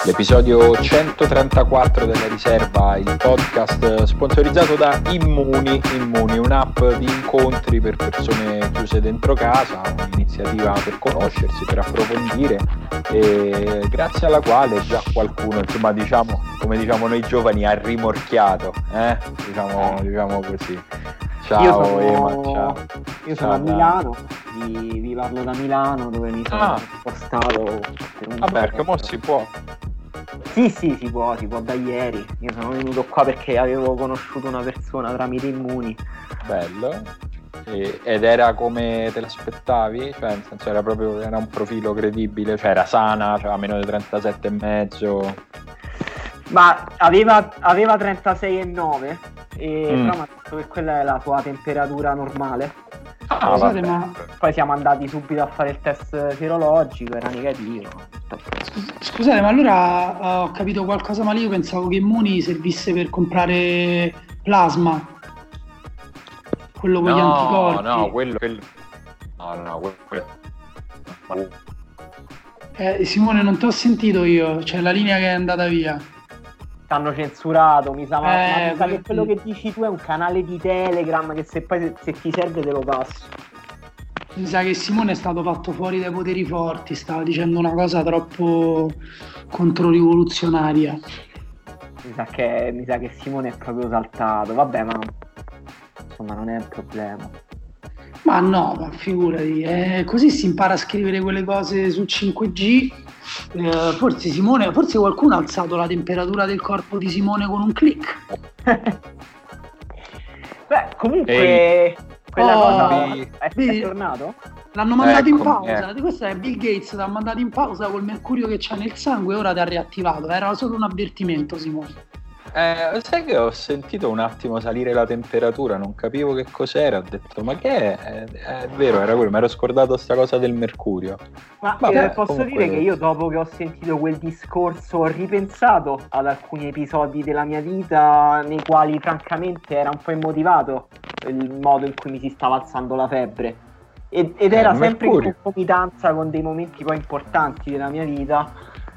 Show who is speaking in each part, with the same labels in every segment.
Speaker 1: l'episodio 134 della Riserva, il podcast sponsorizzato da Immuni, un'app di incontri per persone chiuse dentro casa, un'iniziativa per conoscersi, per approfondire, e grazie alla quale già qualcuno, insomma, diciamo, come diciamo noi giovani, ha rimorchiato, diciamo così. Ciao Ema, ciao.
Speaker 2: Io sono a Milano, vi parlo da Milano, dove mi sono spostato.
Speaker 1: Vabbè, perché mo si può.
Speaker 2: Sì, si può da ieri. Io sono venuto qua perché avevo conosciuto una persona tramite Immuni.
Speaker 1: Bello. Ed era come te l'aspettavi? Cioè, nel senso, era un profilo credibile, cioè era sana, aveva meno di 37,5.
Speaker 2: Ma aveva 36,9 però mi ha detto che quella è la sua temperatura normale.
Speaker 3: Scusate, ma
Speaker 2: poi siamo andati subito a fare il test sierologico, era negativo.
Speaker 3: Scusate, ma allora ho capito qualcosa male. Io pensavo che Immuni servisse per comprare plasma, quello con gli anticorpi.
Speaker 1: No, quello.
Speaker 3: Simone, non ti ho sentito io, c'è la linea che è andata via.
Speaker 2: T'hanno censurato, mi sa, ma mi sa che quello che dici tu è un canale di Telegram che se ti serve te lo passo.
Speaker 3: Mi sa che Simone è stato fatto fuori dai poteri forti, stava dicendo una cosa troppo controrivoluzionaria.
Speaker 2: Mi sa che Simone è proprio saltato, vabbè, ma insomma non è un problema.
Speaker 3: Ma no, ma figurati, così si impara a scrivere quelle cose su 5G. Forse qualcuno ha alzato la temperatura del corpo di Simone con un click.
Speaker 2: Beh, comunque quella cosa è tornato?
Speaker 3: L'hanno mandato in pausa. Questo è Bill Gates, l'ha mandato in pausa col mercurio che c'ha nel sangue e ora ti ha riattivato. Era solo un avvertimento, Simone.
Speaker 1: Sai che ho sentito un attimo salire la temperatura, non capivo che cos'era, ho detto ma che è vero, era quello, mi ero scordato sta cosa del mercurio.
Speaker 2: Ma posso dire che io dopo che ho sentito quel discorso ho ripensato ad alcuni episodi della mia vita nei quali francamente era un po' immotivato il modo in cui mi si stava alzando la febbre ed era sempre in concomitanza con dei momenti poi importanti della mia vita.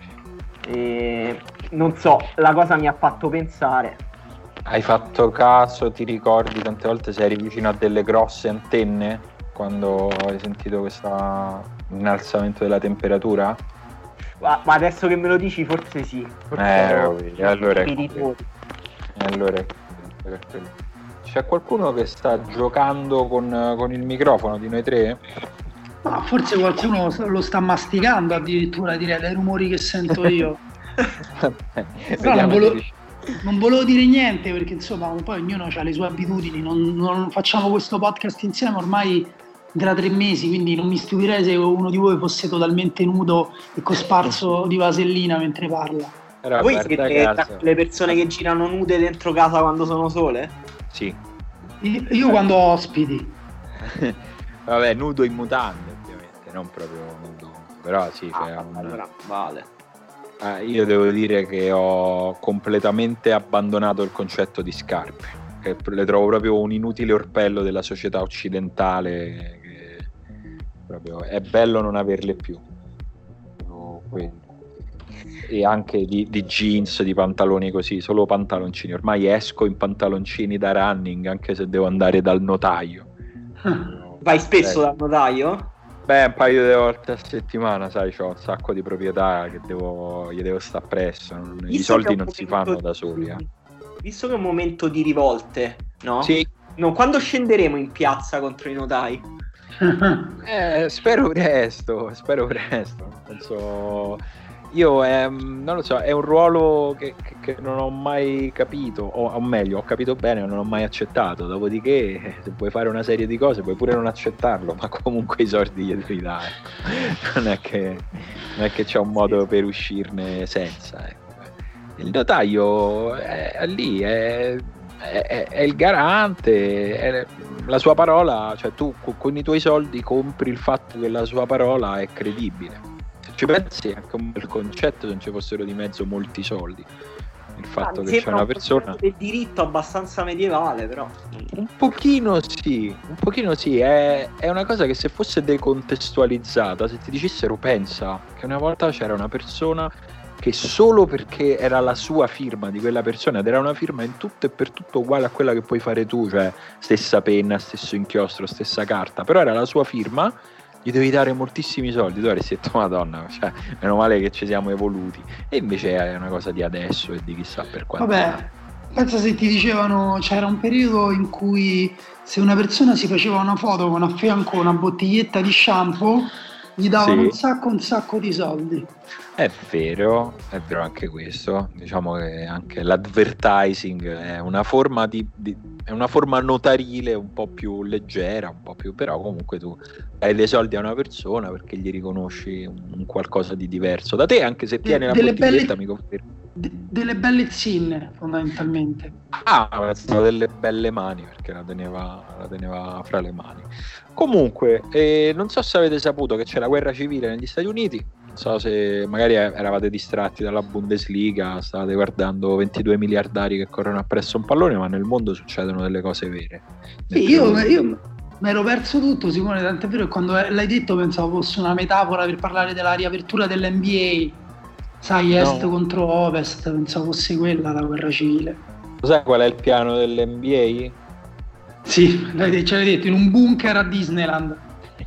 Speaker 2: E non so, la cosa mi ha fatto pensare.
Speaker 1: Hai fatto caso, ti ricordi tante volte se eri vicino a delle grosse antenne quando hai sentito questo innalzamento della temperatura?
Speaker 2: Ma adesso che me lo dici forse sì.
Speaker 1: Allora c'è qualcuno che sta giocando con il microfono di noi tre?
Speaker 3: Ma forse qualcuno lo sta masticando addirittura, direi, dai rumori che sento io. Però non volevo dire niente perché insomma poi ognuno ha le sue abitudini, non facciamo questo podcast insieme ormai da 3 mesi, quindi non mi stupirei se uno di voi fosse totalmente nudo e cosparso di vasellina mentre parla.
Speaker 2: Voi siete le persone che girano nude dentro casa quando sono sole?
Speaker 1: Sì.
Speaker 3: Io quando ho ospiti.
Speaker 1: Vabbè, nudo in mutande ovviamente, non proprio nudo, però sì,
Speaker 2: allora vale.
Speaker 1: Io devo dire che ho completamente abbandonato il concetto di scarpe, che le trovo proprio un inutile orpello della società occidentale, che proprio è bello non averle più. E anche di jeans, di pantaloni così, solo pantaloncini. Ormai esco in pantaloncini da running anche se devo andare dal notaio.
Speaker 2: Vai spesso dal notaio?
Speaker 1: Beh, un paio di volte a settimana, sai, c'ho un sacco di proprietà che gli devo stare presso. I soldi non si fanno da soli.
Speaker 2: Visto che è un momento di rivolte, no?
Speaker 1: Sì.
Speaker 2: No, quando scenderemo in piazza contro i notai?
Speaker 1: Spero presto. Penso... Io non lo so, è un ruolo che non ho mai capito, o meglio, ho capito bene ma non ho mai accettato. Dopodiché, se vuoi fare una serie di cose puoi pure non accettarlo, ma comunque i soldi glieli devi dare. Non è che c'è un modo per uscirne senza. Il notaio è lì, è il garante, è la sua parola, cioè tu con i tuoi soldi compri il fatto che la sua parola è credibile. Ci pensi, è anche un bel concetto se non ci fossero di mezzo molti soldi. Il fatto che c'è una persona
Speaker 2: del diritto abbastanza medievale, però
Speaker 1: un pochino sì, è una cosa che se fosse decontestualizzata, se ti dicessero pensa che una volta c'era una persona che solo perché era la sua firma di quella persona, ed era una firma in tutto e per tutto uguale a quella che puoi fare tu, cioè stessa penna, stesso inchiostro, stessa carta, però era la sua firma, gli devi dare moltissimi soldi. Tu avresti detto madonna, cioè meno male che ci siamo evoluti, e invece è una cosa di adesso e di chissà per quanto.
Speaker 3: Vabbè, pensa se ti dicevano, c'era un periodo in cui se una persona si faceva una foto con a fianco una bottiglietta di shampoo gli davano
Speaker 1: Sì.
Speaker 3: un sacco di soldi.
Speaker 1: È vero anche questo. Diciamo che anche l'advertising è una forma è una forma notarile un po' più leggera, un po' più, però comunque tu dai dei soldi a una persona perché gli riconosci un qualcosa di diverso da te, anche se tiene la bottiglietta, mi confermi.
Speaker 3: Delle belle zinne, fondamentalmente.
Speaker 1: Delle belle mani, perché la teneva fra le mani. Comunque, non so se avete saputo che c'è la guerra civile negli Stati Uniti. Non so se magari eravate distratti dalla Bundesliga, stavate guardando 22 miliardari che corrono appresso un pallone, ma nel mondo succedono delle cose vere.
Speaker 3: Sì, io mi ero perso tutto, Simone, tant'è vero che quando l'hai detto pensavo fosse una metafora per parlare della riapertura dell'NBA. Sai, est contro ovest, pensavo fosse quella la guerra civile.
Speaker 1: Lo sai qual è il piano dell'NBA?
Speaker 3: Sì, ce l'hai detto, in un bunker a Disneyland.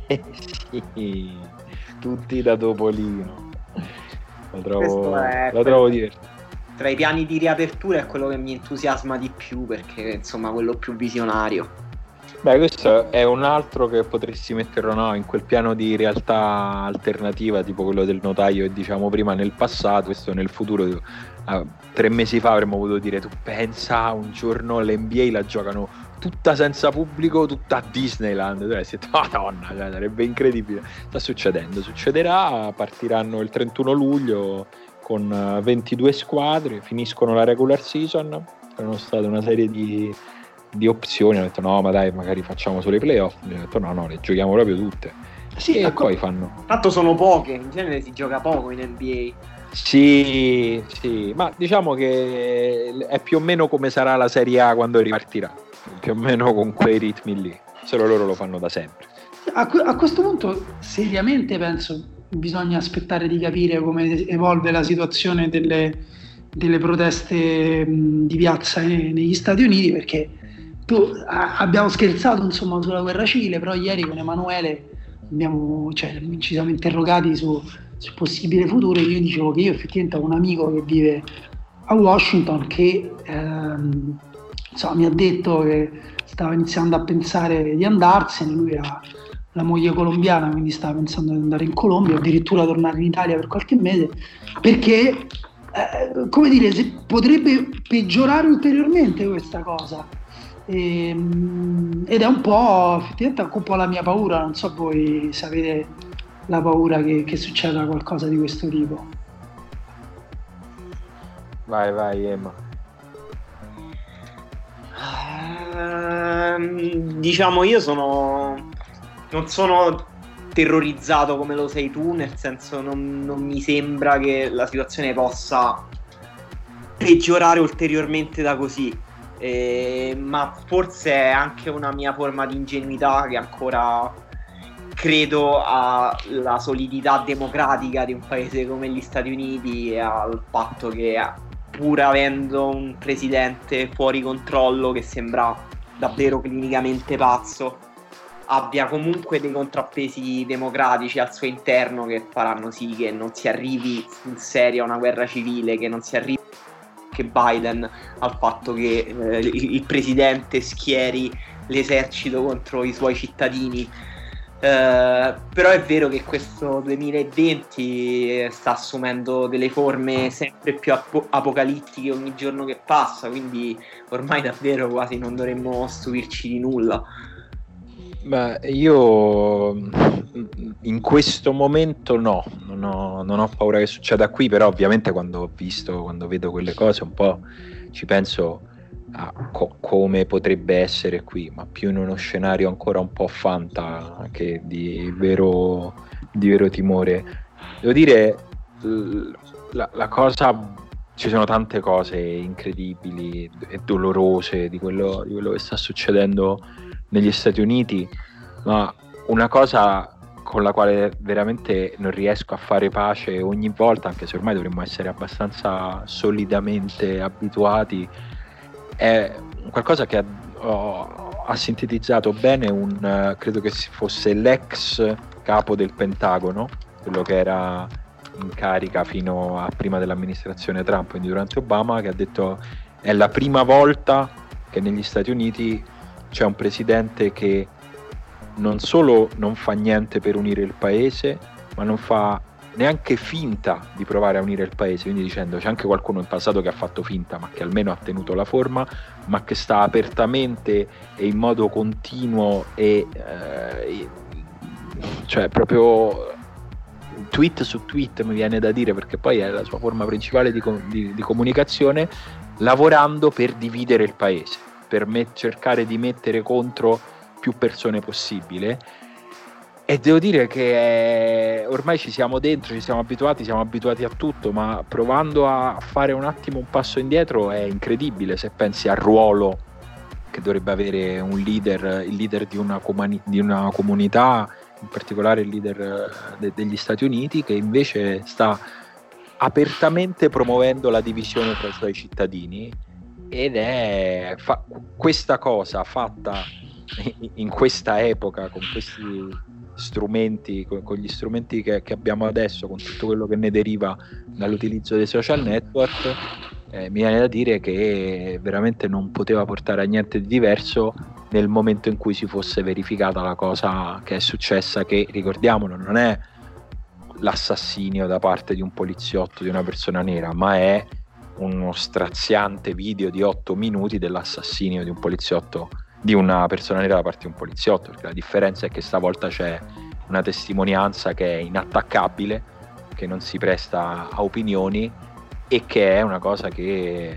Speaker 1: Sì, tutti da Topolino. Lo trovo divertente.
Speaker 2: Tra i piani di riapertura è quello che mi entusiasma di più, perché insomma quello più visionario.
Speaker 1: Beh, questo è un altro che potresti metterlo in quel piano di realtà alternativa, tipo quello del notaio che diciamo prima, nel passato, questo nel futuro. 3 mesi fa avremmo potuto dire, tu pensa un giorno l'NBA la giocano tutta senza pubblico, tutta a Disneyland, madonna, cioè, sarebbe incredibile. Sta succedendo, succederà, partiranno il 31 luglio con 22 squadre, finiscono la regular season, erano state una serie di opzioni, hanno detto no, ma dai, magari facciamo solo i playoff, hanno detto no, le giochiamo proprio tutte.
Speaker 3: Sì,
Speaker 1: e poi fanno.
Speaker 2: Tanto sono poche, in genere si gioca poco in NBA.
Speaker 1: Sì, ma diciamo che è più o meno come sarà la Serie A quando ripartirà, più o meno con quei ritmi lì, solo loro lo fanno da sempre.
Speaker 3: A questo punto seriamente penso bisogna aspettare di capire come evolve la situazione delle proteste di piazza negli Stati Uniti, perché abbiamo scherzato insomma sulla guerra civile, però ieri con Emanuele ci siamo interrogati sul possibile futuro, e io dicevo che io effettivamente ho un amico che vive a Washington che mi ha detto che stava iniziando a pensare di andarsene. Lui ha la moglie colombiana, quindi stava pensando di andare in Colombia, addirittura tornare in Italia per qualche mese, perché se potrebbe peggiorare ulteriormente questa cosa. Ed è un po' effettivamente un po' la mia paura. Non so voi se avete la paura che succeda qualcosa di questo tipo.
Speaker 1: Vai Emma.
Speaker 2: Diciamo, io non sono terrorizzato come lo sei tu, nel senso non mi sembra che la situazione possa peggiorare ulteriormente da così. Ma forse è anche una mia forma di ingenuità, che ancora credo alla solidità democratica di un paese come gli Stati Uniti e al fatto che, pur avendo un presidente fuori controllo che sembra davvero clinicamente pazzo, abbia comunque dei contrappesi democratici al suo interno che faranno sì che non si arrivi in serio a una guerra civile, che non si arrivi che Biden al fatto che il presidente schieri l'esercito contro i suoi cittadini. Però è vero che questo 2020 sta assumendo delle forme sempre più apocalittiche ogni giorno che passa, quindi ormai davvero quasi non dovremmo stupirci di nulla.
Speaker 1: Beh, io in questo momento non ho paura che succeda qui, però ovviamente quando vedo quelle cose un po' ci penso a come potrebbe essere qui, ma più in uno scenario ancora un po' fanta che di vero timore. Devo dire, la cosa, ci sono tante cose incredibili e dolorose di quello che sta succedendo negli Stati Uniti, ma una cosa con la quale veramente non riesco a fare pace ogni volta, anche se ormai dovremmo essere abbastanza solidamente abituati, è qualcosa che ha sintetizzato bene credo che fosse l'ex capo del Pentagono, quello che era in carica fino a prima dell'amministrazione Trump, quindi durante Obama, che ha detto: è la prima volta che negli Stati Uniti c'è un presidente che non solo non fa niente per unire il paese, ma non fa neanche finta di provare a unire il paese, quindi dicendo c'è anche qualcuno in passato che ha fatto finta ma che almeno ha tenuto la forma, ma che sta apertamente e in modo continuo cioè proprio tweet su tweet, mi viene da dire, perché poi è la sua forma principale di comunicazione, lavorando per dividere il paese, per cercare di mettere contro più persone possibile. E devo dire che ormai ci siamo dentro, ci siamo abituati a tutto, ma provando a fare un attimo un passo indietro è incredibile se pensi al ruolo che dovrebbe avere il leader di una comunità, in particolare il leader degli Stati Uniti, che invece sta apertamente promuovendo la divisione tra i suoi cittadini, ed è questa cosa fatta in questa epoca, con questi strumenti, con gli strumenti che abbiamo adesso, con tutto quello che ne deriva dall'utilizzo dei social network, mi viene da dire che veramente non poteva portare a niente di diverso nel momento in cui si fosse verificata la cosa che è successa, che, ricordiamolo, non è l'assassinio da parte di un poliziotto di una persona nera, ma è uno straziante video di 8 minuti dell'assassinio di un poliziotto, di una persona nera da parte di un poliziotto, perché la differenza è che stavolta c'è una testimonianza che è inattaccabile, che non si presta a opinioni e che è una cosa che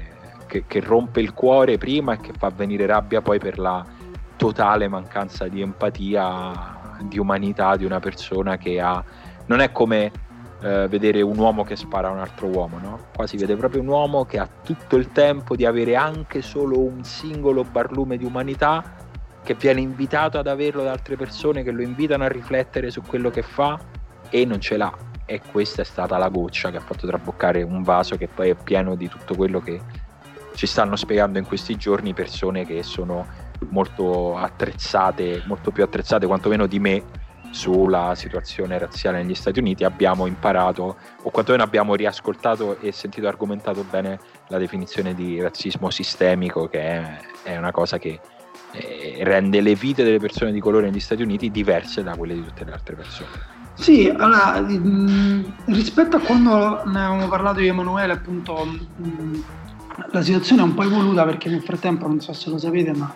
Speaker 1: rompe il cuore prima e che fa venire rabbia poi per la totale mancanza di empatia, di umanità di una persona che non è come vedere un uomo che spara a un altro uomo, no? Qua si vede proprio un uomo che ha tutto il tempo di avere anche solo un singolo barlume di umanità, che viene invitato ad averlo da altre persone che lo invitano a riflettere su quello che fa e non ce l'ha. E questa è stata la goccia che ha fatto traboccare un vaso che poi è pieno di tutto quello che ci stanno spiegando in questi giorni persone che sono molto attrezzate, molto più attrezzate quantomeno di me sulla situazione razziale negli Stati Uniti. Abbiamo imparato, o quantomeno abbiamo riascoltato e sentito argomentato bene la definizione di razzismo sistemico, che è una cosa che rende le vite delle persone di colore negli Stati Uniti diverse da quelle di tutte le altre persone.
Speaker 3: Sì, allora, rispetto a quando ne avevamo parlato io e Emanuele, appunto, la situazione è un po' evoluta, perché nel frattempo, non so se lo sapete, ma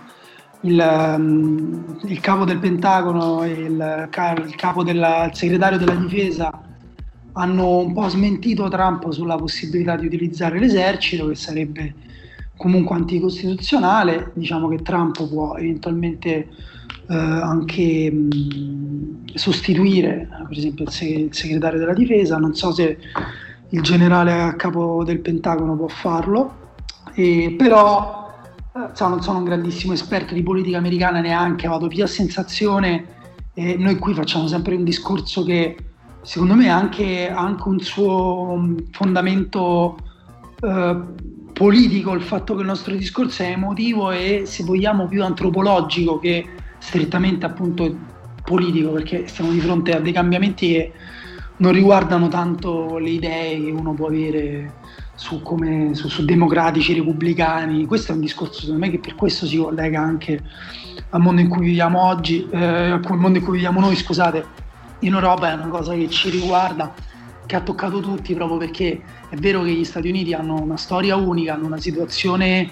Speaker 3: il capo del Pentagono e il capo il segretario della difesa hanno un po' smentito Trump sulla possibilità di utilizzare l'esercito, che sarebbe comunque anticostituzionale. Diciamo che Trump può eventualmente anche sostituire per esempio il segretario della difesa. Non so se il generale a capo del Pentagono può farlo, però non sono un grandissimo esperto di politica americana neanche, vado più a sensazione. Noi qui facciamo sempre un discorso che secondo me ha anche un suo fondamento politico, il fatto che il nostro discorso è emotivo e, se vogliamo, più antropologico che strettamente appunto politico, perché stiamo di fronte a dei cambiamenti che non riguardano tanto le idee che uno può avere su democratici, repubblicani. Questo è un discorso, secondo me, che per questo si collega anche al mondo in cui viviamo oggi, al mondo in cui viviamo noi, scusate, in Europa. È una cosa che ci riguarda, che ha toccato tutti, proprio perché è vero che gli Stati Uniti hanno una storia unica, hanno una situazione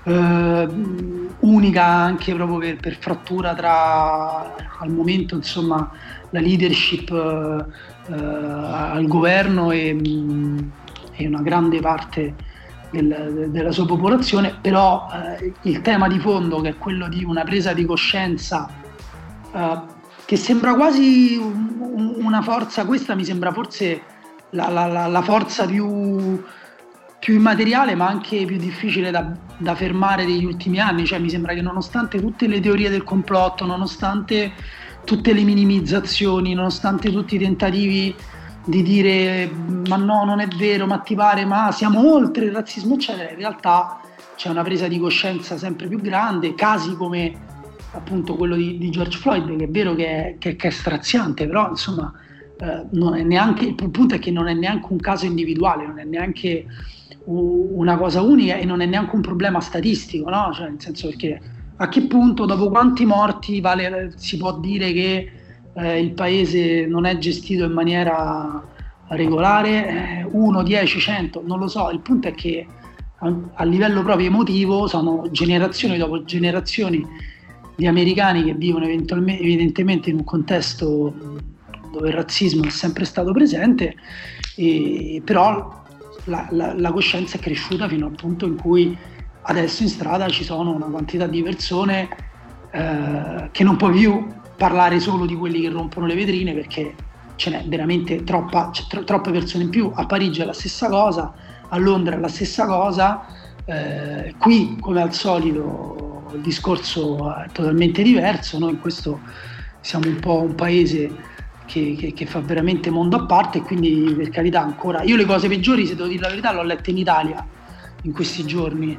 Speaker 3: unica anche proprio per frattura tra, al momento, insomma, la leadership al governo e una grande parte della sua popolazione. Però il tema di fondo, che è quello di una presa di coscienza che sembra quasi una forza, questa mi sembra forse la forza più immateriale, ma anche più difficile da fermare degli ultimi anni. Cioè, mi sembra che nonostante tutte le teorie del complotto, nonostante tutte le minimizzazioni, nonostante tutti i tentativi di dire ma no, non è vero, ma ti pare, ma siamo oltre il razzismo eccetera, in realtà c'è una presa di coscienza sempre più grande, casi come appunto quello di George Floyd, che è vero che è straziante, però insomma non è neanche, il punto è che non è neanche un caso individuale, non è neanche una cosa unica e non è neanche un problema statistico, no? Cioè, nel senso, perché a che punto, dopo quanti morti si può dire che il paese non è gestito in maniera regolare? 1, 10, 100, non lo so. Il punto è che a livello proprio emotivo sono generazioni dopo generazioni di americani che vivono evidentemente in un contesto dove il razzismo è sempre stato presente, però la coscienza è cresciuta fino al punto in cui adesso in strada ci sono una quantità di persone che non può più parlare solo di quelli che rompono le vetrine, perché ce n'è veramente troppe persone in più. A Parigi è la stessa cosa, a Londra è la stessa cosa, qui come al solito il discorso è totalmente diverso. Noi in questo siamo un po' un paese che fa veramente mondo a parte, e quindi per carità ancora, io le cose peggiori, se devo dire la verità, l'ho letta in Italia in questi giorni,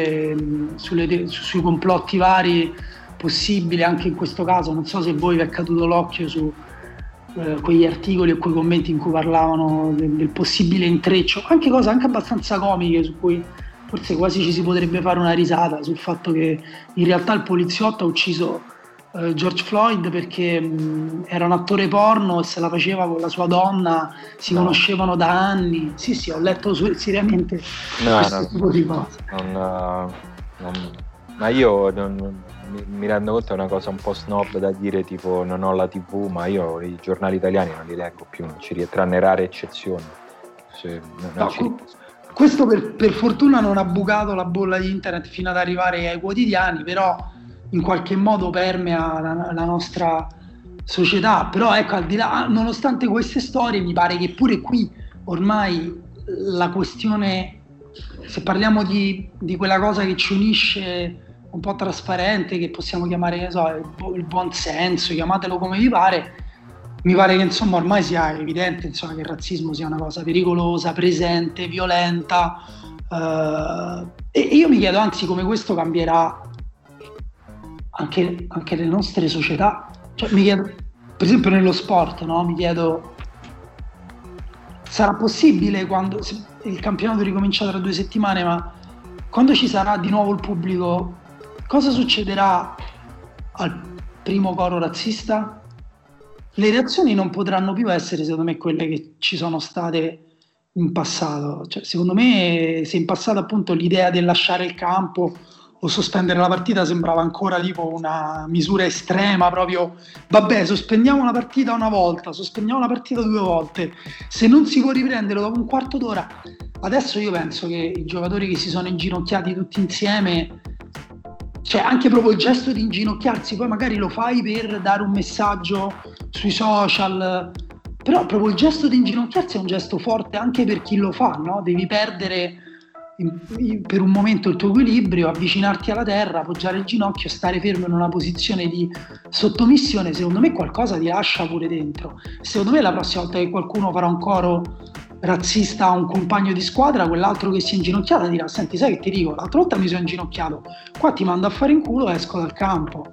Speaker 3: sui complotti vari possibili, anche in questo caso. Non so se voi vi è caduto l'occhio su quegli articoli o quei commenti in cui parlavano del possibile intreccio, anche cose anche abbastanza comiche, su cui forse quasi ci si potrebbe fare una risata, sul fatto che in realtà il poliziotto ha ucciso George Floyd perché era un attore porno e se la faceva con la sua donna, si conoscevano da anni. Sì, ho letto seriamente questo tipo di cose.
Speaker 1: Ma io mi rendo conto, è una cosa un po' snob da dire, tipo non ho la TV, ma io i giornali italiani non li leggo più, tranne rare eccezioni.
Speaker 3: Questo per fortuna non ha bucato la bolla di internet fino ad arrivare ai quotidiani, però in qualche modo permea la nostra società. Però ecco, al di là, nonostante queste storie, mi pare che pure qui ormai la questione, se parliamo di quella cosa che ci unisce un po' trasparente, che possiamo chiamare, che so, il buon senso, chiamatelo come vi pare, mi pare che insomma ormai sia evidente, insomma, che il razzismo sia una cosa pericolosa, presente, violenta, e io mi chiedo anzi come questo cambierà anche le nostre società. Cioè, mi chiedo, per esempio nello sport, no? Mi chiedo, sarà possibile quando il campionato ricomincia tra 2 settimane, ma quando ci sarà di nuovo il pubblico, cosa succederà al primo coro razzista? Le reazioni non potranno più essere, secondo me, quelle che ci sono state in passato. Cioè, secondo me, se in passato appunto l'idea del lasciare il campo o sospendere la partita sembrava ancora tipo una misura estrema, proprio vabbè, sospendiamo la partita una volta, sospendiamo la partita 2 volte, se non si può riprendere dopo un quarto d'ora. Adesso io penso che i giocatori che si sono inginocchiati tutti insieme, cioè anche proprio il gesto di inginocchiarsi, poi magari lo fai per dare un messaggio sui social, però proprio il gesto di inginocchiarsi è un gesto forte anche per chi lo fa, no? Devi perdere per un momento il tuo equilibrio, avvicinarti alla terra, appoggiare il ginocchio, stare fermo in una posizione di sottomissione. Secondo me qualcosa ti lascia pure dentro. Secondo me la prossima volta che qualcuno farà un coro razzista a un compagno di squadra, quell'altro che si è inginocchiato dirà: senti, sai che ti dico, l'altra volta mi sono inginocchiato, qua ti mando a fare in culo e esco dal campo.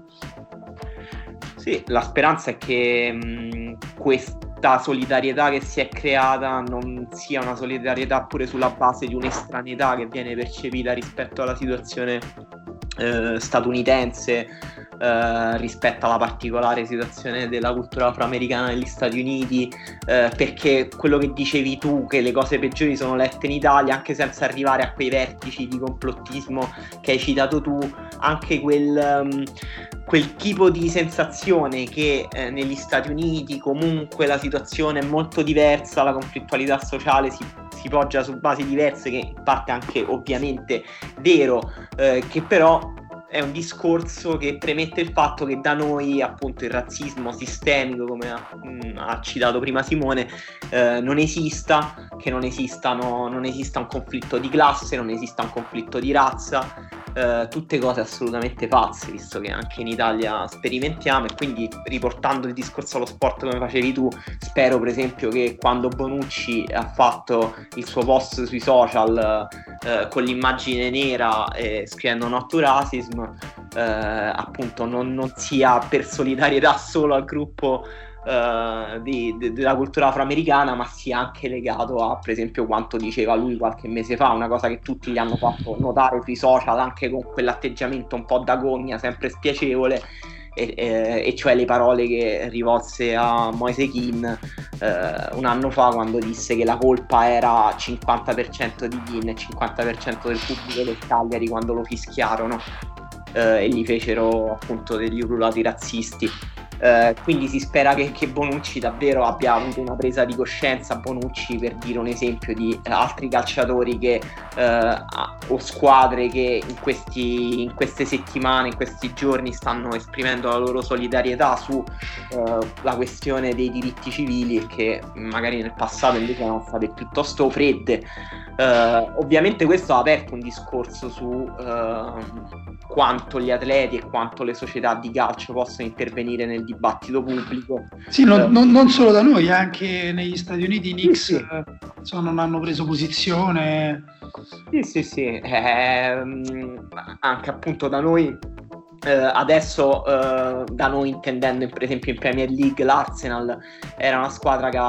Speaker 2: Sì, la speranza è che questa solidarietà che si è creata non sia una solidarietà pure sulla base di un'estraneità che viene percepita rispetto alla situazione statunitense, rispetto alla particolare situazione della cultura afroamericana negli Stati Uniti, perché quello che dicevi tu, che le cose peggiori sono lette in Italia, anche senza arrivare a quei vertici di complottismo che hai citato tu, anche quel tipo di sensazione che negli Stati Uniti comunque la situazione è molto diversa, la conflittualità sociale si poggia su basi diverse, che in parte anche ovviamente vero, che però è un discorso che premette il fatto che da noi appunto il razzismo sistemico, come ha citato prima Simone, non esista, che non esista un conflitto di classe, non esista un conflitto di razza,
Speaker 4: tutte cose assolutamente pazze, visto che anche in Italia sperimentiamo. E quindi, riportando il discorso allo sport come facevi tu, spero per esempio che quando Bonucci ha fatto il suo post sui social con l'immagine nera scrivendo not to racism, appunto non sia per solidarietà solo al gruppo della cultura afroamericana, ma sia anche legato a, per esempio, quanto diceva lui qualche mese fa, una cosa che tutti gli hanno fatto notare sui social, anche con quell'atteggiamento un po' da gogna, sempre spiacevole, e cioè le parole che rivolse a Moise Kean un anno fa, quando disse che la colpa era 50% di Kean e 50% del pubblico del Cagliari quando lo fischiarono e gli fecero appunto degli ululati razzisti. Quindi si spera che Bonucci davvero abbia avuto una presa di coscienza, Bonucci, per dire un esempio di altri calciatori che o squadre che in queste settimane, in questi giorni stanno esprimendo la loro solidarietà su la questione dei diritti civili, e che magari nel passato invece erano state piuttosto fredde. Ovviamente questo ha aperto un discorso su quanto gli atleti e quanto le società di calcio possono intervenire nel dibattito pubblico.
Speaker 3: Sì, non solo da noi, anche negli Stati Uniti i Knicks non hanno preso posizione.
Speaker 4: Sì. Anche appunto da noi adesso, da noi intendendo per esempio in Premier League, l'Arsenal era una squadra che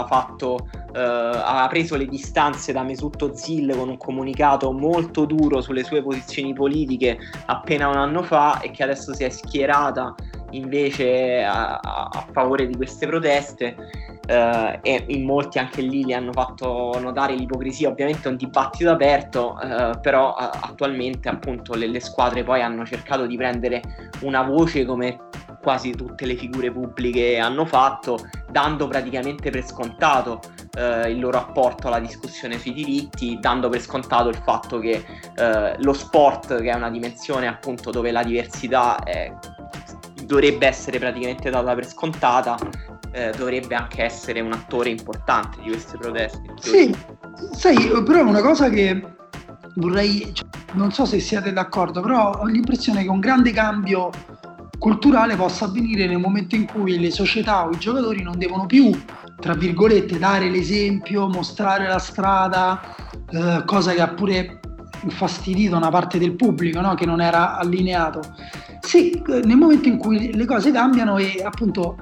Speaker 4: aveva preso le distanze da Mesut Özil con un comunicato molto duro sulle sue posizioni politiche appena un anno fa, e che adesso si è schierata invece a favore di queste proteste, e in molti anche lì le hanno fatto notare l'ipocrisia. Ovviamente è un dibattito aperto, però attualmente appunto le squadre poi hanno cercato di prendere una voce, come quasi tutte le figure pubbliche hanno fatto, dando praticamente per scontato il loro apporto alla discussione sui diritti, dando per scontato il fatto che lo sport, che è una dimensione appunto dove la diversità dovrebbe essere praticamente data per scontata, dovrebbe anche essere un attore importante di queste proteste.
Speaker 3: Sì, sai, però è una cosa che vorrei, non so se siete d'accordo, però ho l'impressione che un grande cambio culturale possa avvenire nel momento in cui le società o i giocatori non devono più, tra virgolette, dare l'esempio, mostrare la strada, cosa che ha pure infastidito una parte del pubblico, no? Che non era allineato. Sì, nel momento in cui le cose cambiano e appunto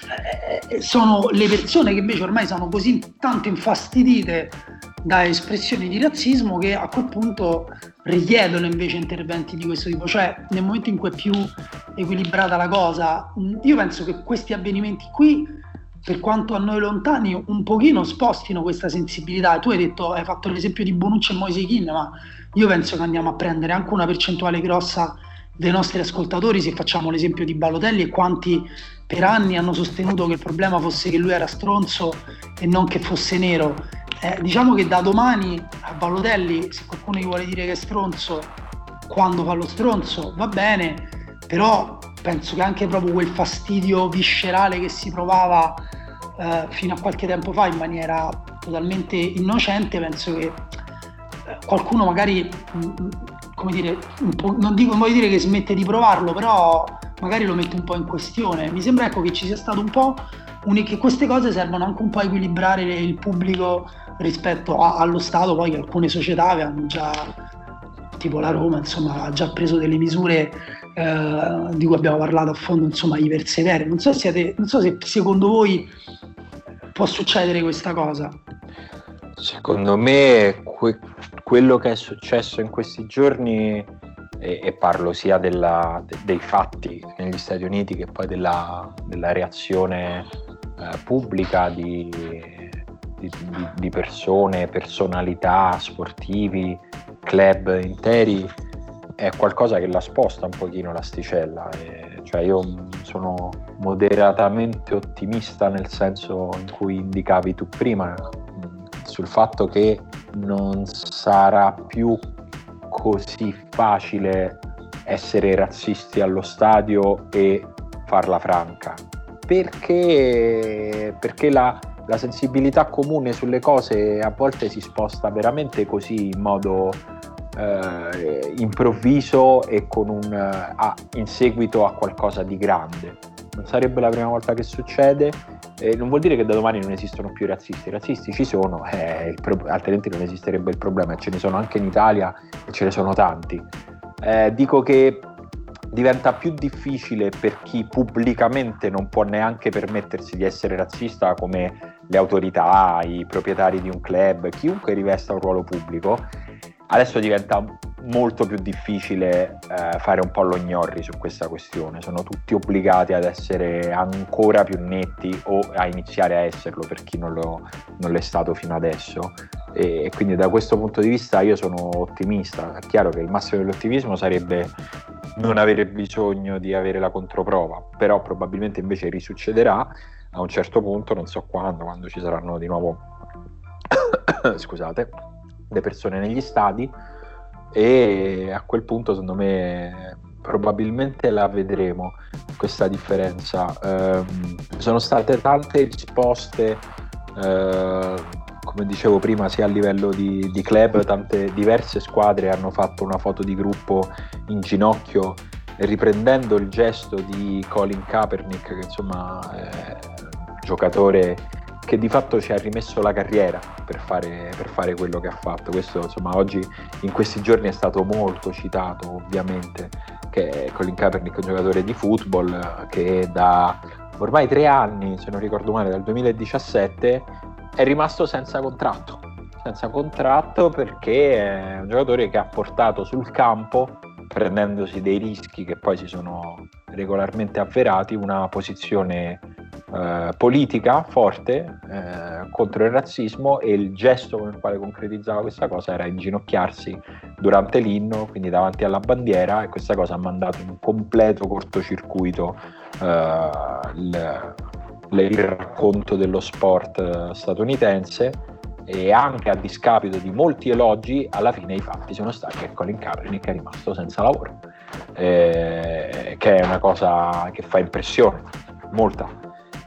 Speaker 3: sono le persone che invece ormai sono così tanto infastidite da espressioni di razzismo che a quel punto richiedono invece interventi di questo tipo. Cioè, nel momento in cui è più equilibrata la cosa, io penso che questi avvenimenti qui, per quanto a noi lontani, un pochino spostino questa sensibilità. Tu hai fatto l'esempio di Bonucci e Moise Kean, ma io penso che andiamo a prendere anche una percentuale grossa dei nostri ascoltatori se facciamo l'esempio di Balotelli, e quanti per anni hanno sostenuto che il problema fosse che lui era stronzo e non che fosse nero. Diciamo che da domani a Balotelli, se qualcuno gli vuole dire che è stronzo quando fa lo stronzo, va bene, però penso che anche proprio quel fastidio viscerale che si provava fino a qualche tempo fa in maniera totalmente innocente, penso che qualcuno magari, come dire, non voglio dire che smette di provarlo, però magari lo mette un po' in questione. Mi sembra, ecco, che ci sia stato un po' che queste cose servono anche un po' a equilibrare il pubblico rispetto allo Stato, poi che alcune società avevano già, tipo la Roma, insomma, ha già preso delle misure di cui abbiamo parlato a fondo, insomma, ipersevere. Non so se secondo voi può succedere questa cosa.
Speaker 1: Secondo me quello che è successo in questi giorni, e parlo sia dei fatti negli Stati Uniti che poi della reazione pubblica di persone, personalità, sportivi, club interi, è qualcosa che la sposta un pochino l'asticella. Cioè io sono moderatamente ottimista nel senso in cui indicavi tu prima, sul fatto che non sarà più così facile essere razzisti allo stadio e farla franca, perché la sensibilità comune sulle cose a volte si sposta veramente così in modo improvviso e con in seguito a qualcosa di grande. Non sarebbe la prima volta che succede, non vuol dire che da domani non esistono più i razzisti ci sono, altrimenti non esisterebbe il problema, e ce ne sono anche in Italia e ce ne sono tanti. Dico che diventa più difficile per chi pubblicamente non può neanche permettersi di essere razzista, come le autorità, i proprietari di un club, chiunque rivesta un ruolo pubblico. Adesso diventa molto più difficile fare un po' lo gnorri su questa questione, sono tutti obbligati ad essere ancora più netti o a iniziare a esserlo per chi non l'è stato fino adesso, e quindi da questo punto di vista io sono ottimista. È chiaro che il massimo dell'ottimismo sarebbe non avere bisogno di avere la controprova, però probabilmente invece risuccederà a un certo punto, non so quando ci saranno di nuovo scusate, le persone negli stadi, e a quel punto secondo me probabilmente la vedremo questa differenza. Sono state tante risposte, come dicevo prima, sia a livello di club, tante diverse squadre hanno fatto una foto di gruppo in ginocchio riprendendo il gesto di Colin Kaepernick, che insomma è un giocatore che di fatto ci ha rimesso la carriera per fare quello che ha fatto. Questo insomma oggi, in questi giorni, è stato molto citato, ovviamente, che Colin Kaepernick è un giocatore di football che da ormai 3 anni, se non ricordo male, dal 2017 è rimasto senza contratto perché è un giocatore che ha portato sul campo, prendendosi dei rischi che poi si sono regolarmente avverati, una posizione politica forte contro il razzismo, e il gesto con il quale concretizzava questa cosa era inginocchiarsi durante l'inno, quindi davanti alla bandiera, e questa cosa ha mandato in un completo cortocircuito il racconto dello sport statunitense, e anche a discapito di molti elogi, alla fine i fatti sono stati che Colin Kaepernick è rimasto senza lavoro, che è una cosa che fa impressione, molta.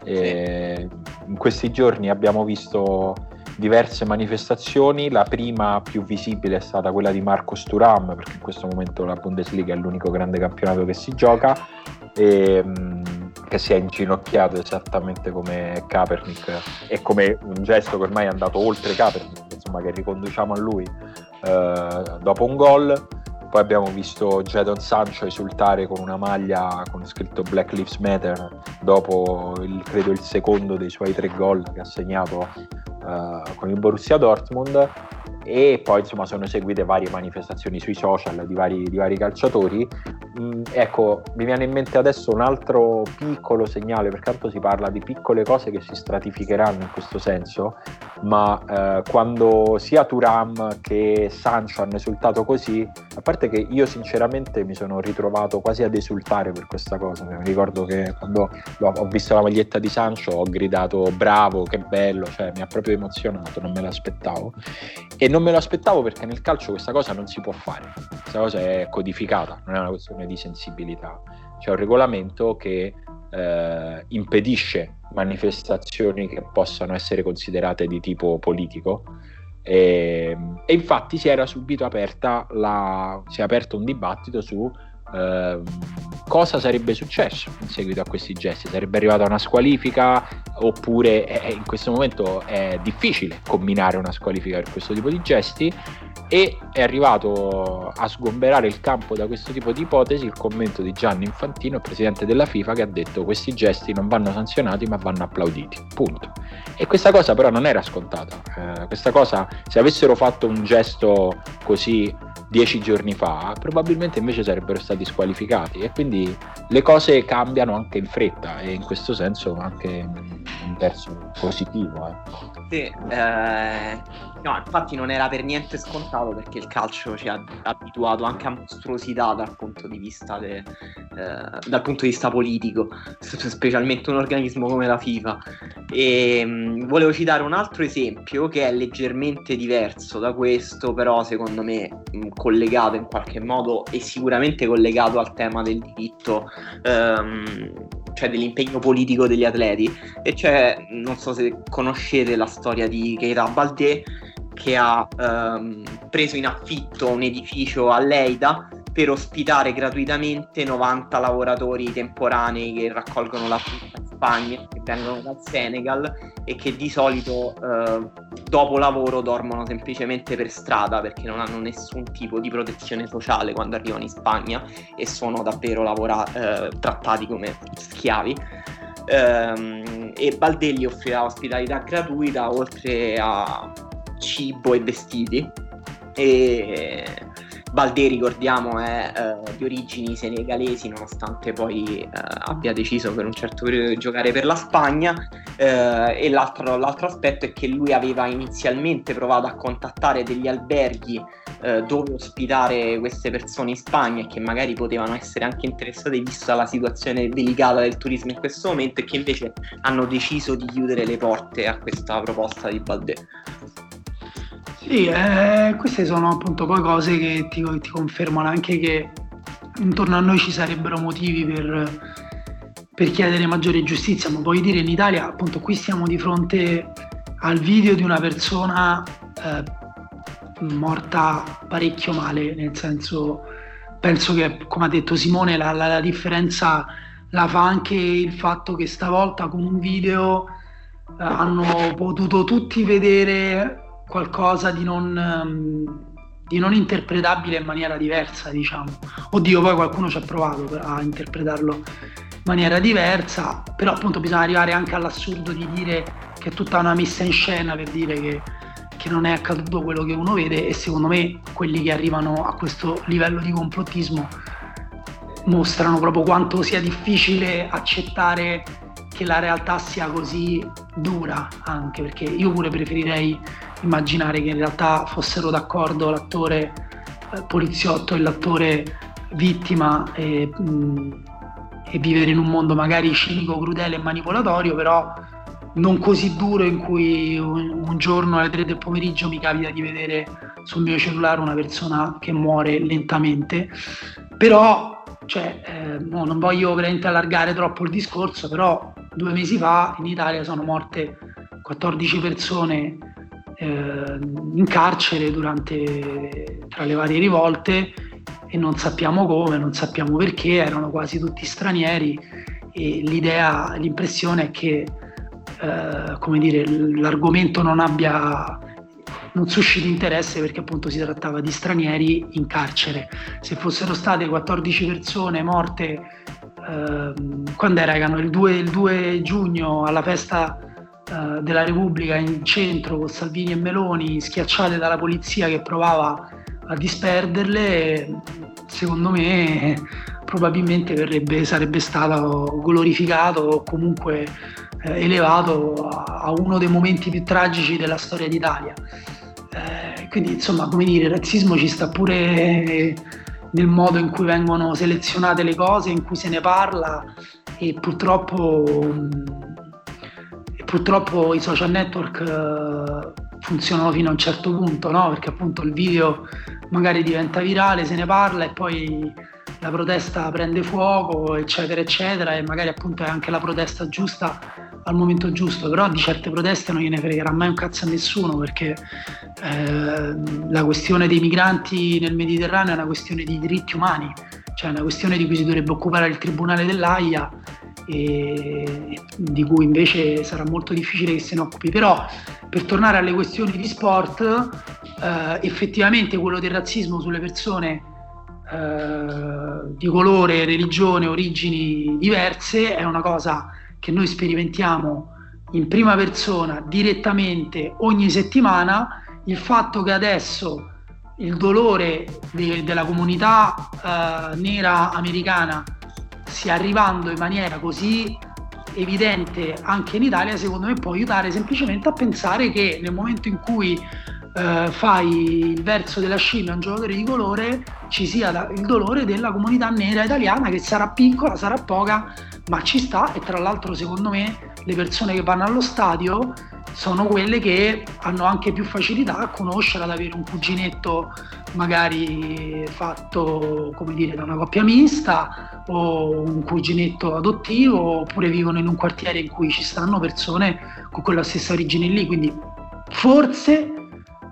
Speaker 1: In questi giorni abbiamo visto diverse manifestazioni. La prima più visibile è stata quella di Marcus Thuram, perché in questo momento la Bundesliga è l'unico grande campionato che si gioca, e che si è inginocchiato esattamente come Kaepernick, e come un gesto che ormai è andato oltre Kaepernick, insomma, che riconduciamo a lui dopo un gol. Poi abbiamo visto Jadon Sancho esultare con una maglia con scritto Black Lives Matter dopo credo il secondo dei suoi 3 gol che ha segnato con il Borussia Dortmund. E poi insomma sono seguite varie manifestazioni sui social di vari calciatori. Ecco, mi viene in mente adesso un altro piccolo segnale, perché tanto si parla di piccole cose che si stratificheranno in questo senso, ma quando sia Thuram che Sancho hanno esultato così, a parte che io sinceramente mi sono ritrovato quasi ad esultare per questa cosa. Mi ricordo che quando ho visto la maglietta di Sancho ho gridato bravo, che bello, cioè mi ha proprio emozionato, non me l'aspettavo. E non me lo aspettavo perché nel calcio questa cosa non si può fare, questa cosa è codificata, non è una questione di sensibilità. C'è un regolamento che impedisce manifestazioni che possano essere considerate di tipo politico, e infatti si è aperto un dibattito su cosa sarebbe successo in seguito a questi gesti. Sarebbe arrivata una squalifica, oppure in questo momento è difficile combinare una squalifica per questo tipo di gesti, e è arrivato a sgomberare il campo da questo tipo di ipotesi il commento di Gianni Infantino, il presidente della FIFA, che ha detto: questi gesti non vanno sanzionati ma vanno applauditi, punto. E questa cosa però non era scontata. Questa cosa, se avessero fatto un gesto così 10 giorni fa, probabilmente invece sarebbero stati squalificati, e quindi le cose cambiano anche in fretta, e in questo senso anche in verso positivo.
Speaker 4: Sì, no, infatti non era per niente scontato, perché il calcio ci ha abituato anche a mostruosità dal punto di vista politico, specialmente un organismo come la FIFA. E volevo citare un altro esempio che è leggermente diverso da questo, però secondo me collegato in qualche modo, e sicuramente collegato al tema del diritto, cioè dell'impegno politico degli atleti. E cioè, non so se conoscete la storia di Keita Balde, che ha preso in affitto un edificio a Lleida per ospitare gratuitamente 90 lavoratori temporanei che raccolgono la frutta in Spagna, che vengono dal Senegal e che di solito dopo lavoro dormono semplicemente per strada perché non hanno nessun tipo di protezione sociale quando arrivano in Spagna e sono davvero trattati come schiavi. E Baldelli offrirà ospitalità gratuita oltre a cibo e vestiti. E Baldé, ricordiamo, è di origini senegalesi, nonostante poi abbia deciso per un certo periodo di giocare per la Spagna, e l'altro aspetto è che lui aveva inizialmente provato a contattare degli alberghi dove ospitare queste persone in Spagna e che magari potevano essere anche interessate vista la situazione delicata del turismo in questo momento, e che invece hanno deciso di chiudere le porte a questa proposta di Baldé.
Speaker 3: Sì, queste sono appunto poi cose che ti confermano anche che intorno a noi ci sarebbero motivi per chiedere maggiore giustizia, ma voglio dire, in Italia appunto qui stiamo di fronte al video di una persona morta parecchio male, nel senso, penso che, come ha detto Simone, la differenza la fa anche il fatto che stavolta con un video hanno potuto tutti vedere qualcosa di non interpretabile in maniera diversa, diciamo. Oddio, poi qualcuno ci ha provato a interpretarlo in maniera diversa, però appunto bisogna arrivare anche all'assurdo di dire che è tutta una messa in scena per dire che non è accaduto quello che uno vede, e secondo me quelli che arrivano a questo livello di complottismo mostrano proprio quanto sia difficile accettare che la realtà sia così dura, anche perché io pure preferirei immaginare che in realtà fossero d'accordo l'attore poliziotto e l'attore vittima e vivere in un mondo magari cinico, crudele e manipolatorio, però non così duro, in cui un giorno alle 3 del pomeriggio mi capita di vedere sul mio cellulare una persona che muore lentamente. Però non voglio veramente allargare troppo il discorso, però 2 mesi fa in Italia sono morte 14 persone in carcere tra le varie rivolte, e non sappiamo come, non sappiamo perché, erano quasi tutti stranieri, e l'impressione è che l'argomento non susciti interesse perché appunto si trattava di stranieri in carcere. Se fossero state 14 persone morte quando erano il 2 giugno alla festa della Repubblica in centro con Salvini e Meloni, schiacciate dalla polizia che provava a disperderle, secondo me probabilmente sarebbe stato glorificato o comunque elevato a uno dei momenti più tragici della storia d'Italia. Quindi insomma, come dire, il razzismo ci sta pure nel modo in cui vengono selezionate le cose, in cui se ne parla, e purtroppo i social network funzionano fino a un certo punto, no? Perché appunto il video magari diventa virale, se ne parla e poi la protesta prende fuoco, eccetera eccetera, e magari appunto è anche la protesta giusta al momento giusto, però di certe proteste non gliene fregherà mai un cazzo a nessuno, perché la questione dei migranti nel Mediterraneo è una questione di diritti umani, cioè è una questione di cui si dovrebbe occupare il Tribunale dell'Aia, e di cui invece sarà molto difficile che se ne occupi. Però per tornare alle questioni di sport, effettivamente quello del razzismo sulle persone di colore, religione, origini diverse è una cosa che noi sperimentiamo in prima persona direttamente ogni settimana. Il fatto che adesso il dolore della comunità nera americana stia arrivando in maniera così evidente anche in Italia, secondo me può aiutare semplicemente a pensare che nel momento in cui fai il verso della scimmia a un giocatore di colore ci sia il dolore della comunità nera italiana, che sarà piccola, sarà poca, ma ci sta. E tra l'altro secondo me le persone che vanno allo stadio sono quelle che hanno anche più facilità a conoscere, ad avere un cuginetto magari fatto, come dire, da una coppia mista, o un cuginetto adottivo, oppure vivono in un quartiere in cui ci stanno persone con quella stessa origine lì. Quindi forse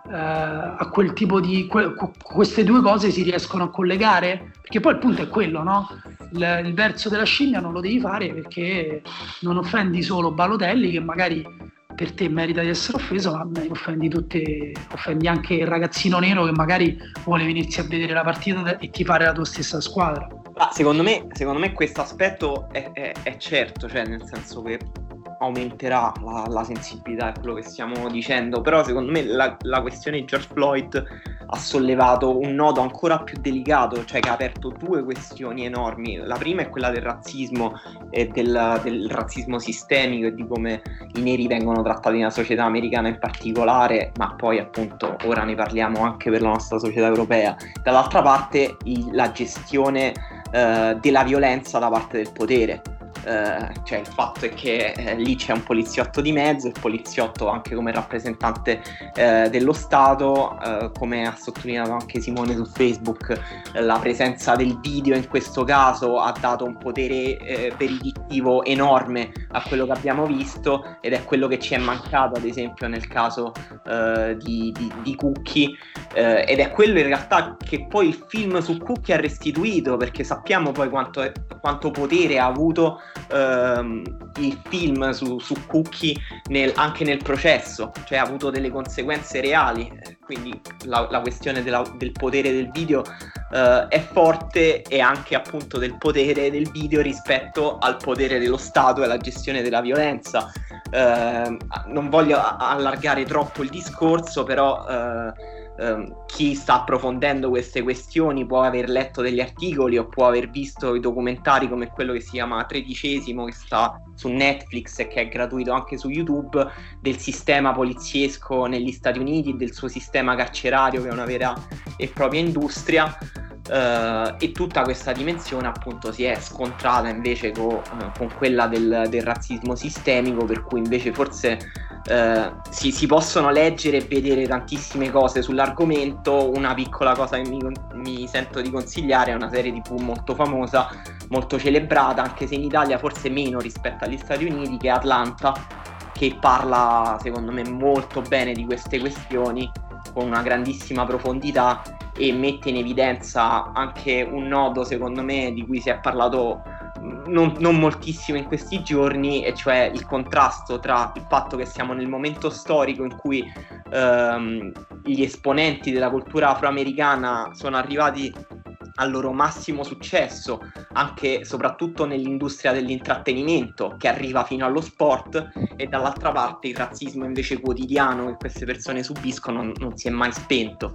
Speaker 3: a quel tipo di queste due cose si riescono a collegare, perché poi il punto è quello, no? Il verso della scimmia non lo devi fare perché non offendi solo Balotelli, che magari per te merita di essere offeso, ma offendi anche il ragazzino nero che magari vuole venirsi a vedere la partita e tifare la tua stessa squadra.
Speaker 4: Secondo me questo aspetto è certo, cioè nel senso che aumenterà la sensibilità, è quello che stiamo dicendo, però secondo me la questione di George Floyd ha sollevato un nodo ancora più delicato, cioè che ha aperto due questioni enormi. La prima è quella del razzismo e del razzismo sistemico e di come i neri vengono trattati nella società americana in particolare, ma poi appunto ora ne parliamo anche per la nostra società europea. Dall'altra parte la gestione della violenza da parte del potere. Cioè il fatto è che lì c'è un poliziotto di mezzo, il poliziotto anche come rappresentante dello Stato, come ha sottolineato anche Simone su Facebook, la presenza del video in questo caso ha dato un potere veridictivo enorme a quello che abbiamo visto, ed è quello che ci è mancato ad esempio nel caso di Cucchi, ed è quello in realtà che poi il film su Cucchi ha restituito, perché sappiamo poi quanto potere ha avuto il film su Cucchi anche nel processo, cioè ha avuto delle conseguenze reali, quindi la questione del potere del video è forte, e anche appunto del potere del video rispetto al potere dello Stato e alla gestione della violenza. Non voglio allargare troppo il discorso, però chi sta approfondendo queste questioni può aver letto degli articoli o può aver visto i documentari come quello che si chiama Tredicesimo, che sta su Netflix e che è gratuito anche su YouTube, del sistema poliziesco negli Stati Uniti, del suo sistema carcerario che è una vera e propria industria. E tutta questa dimensione appunto si è scontrata invece con quella del razzismo sistemico, per cui invece forse si possono leggere e vedere tantissime cose sull'argomento. Una piccola cosa che mi sento di consigliare è una serie TV molto famosa, molto celebrata, anche se in Italia forse meno rispetto agli Stati Uniti, che è Atlanta, che parla secondo me molto bene di queste questioni con una grandissima profondità, e mette in evidenza anche un nodo secondo me di cui si è parlato non moltissimo in questi giorni, e cioè il contrasto tra il fatto che siamo nel momento storico in cui gli esponenti della cultura afroamericana sono arrivati al loro massimo successo, anche soprattutto nell'industria dell'intrattenimento, che arriva fino allo sport, e dall'altra parte il razzismo invece quotidiano che queste persone subiscono non si è mai spento.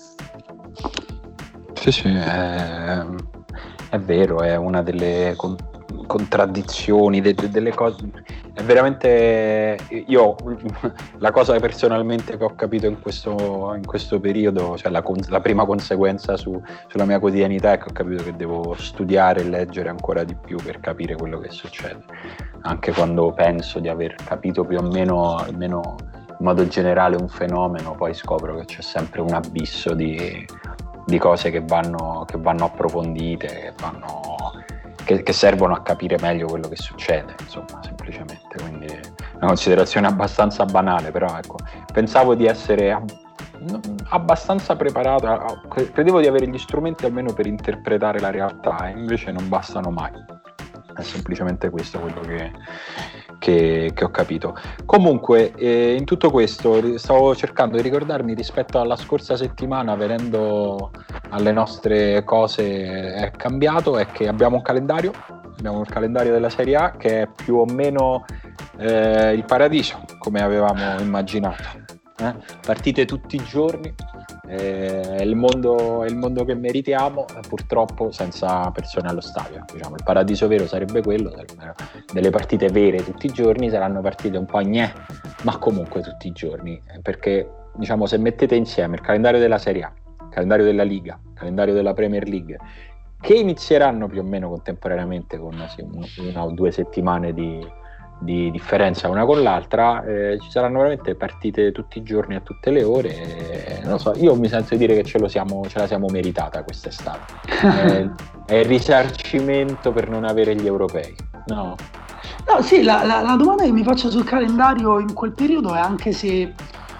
Speaker 1: Sì, è vero, è una delle contraddizioni, delle cose. È veramente, io la cosa personalmente che ho capito in questo periodo, cioè la prima conseguenza sulla mia quotidianità, è che ho capito che devo studiare e leggere ancora di più per capire quello che succede, anche quando penso di aver capito più o meno, almeno in modo generale, un fenomeno, poi scopro che c'è sempre un abisso di cose che vanno approfondite, che servono a capire meglio quello che succede, insomma, semplicemente. Quindi una considerazione abbastanza banale, però ecco, pensavo di essere abbastanza preparato, credevo di avere gli strumenti almeno per interpretare la realtà, e invece non bastano mai. È semplicemente questo quello che ho capito. Comunque, in tutto questo stavo cercando di ricordarmi rispetto alla scorsa settimana, venendo alle nostre cose, è cambiato, è che abbiamo il calendario della Serie A che è più o meno il paradiso, come avevamo immaginato. Partite tutti i giorni, è il mondo che meritiamo, purtroppo senza persone allo stadio. Diciamo, il paradiso vero sarebbe quello, delle partite vere tutti i giorni. Saranno partite un po' ma comunque tutti i giorni, perché diciamo, se mettete insieme il calendario della Serie A, il calendario della Liga, il calendario della Premier League, che inizieranno più o meno contemporaneamente con una o 2 settimane di differenza una con l'altra, ci saranno veramente partite tutti i giorni a tutte le ore, non lo so, io mi sento di dire che ce la siamo meritata quest'estate. È il risarcimento per non avere gli europei, no?
Speaker 3: No, sì, la domanda che mi faccio sul calendario in quel periodo è anche se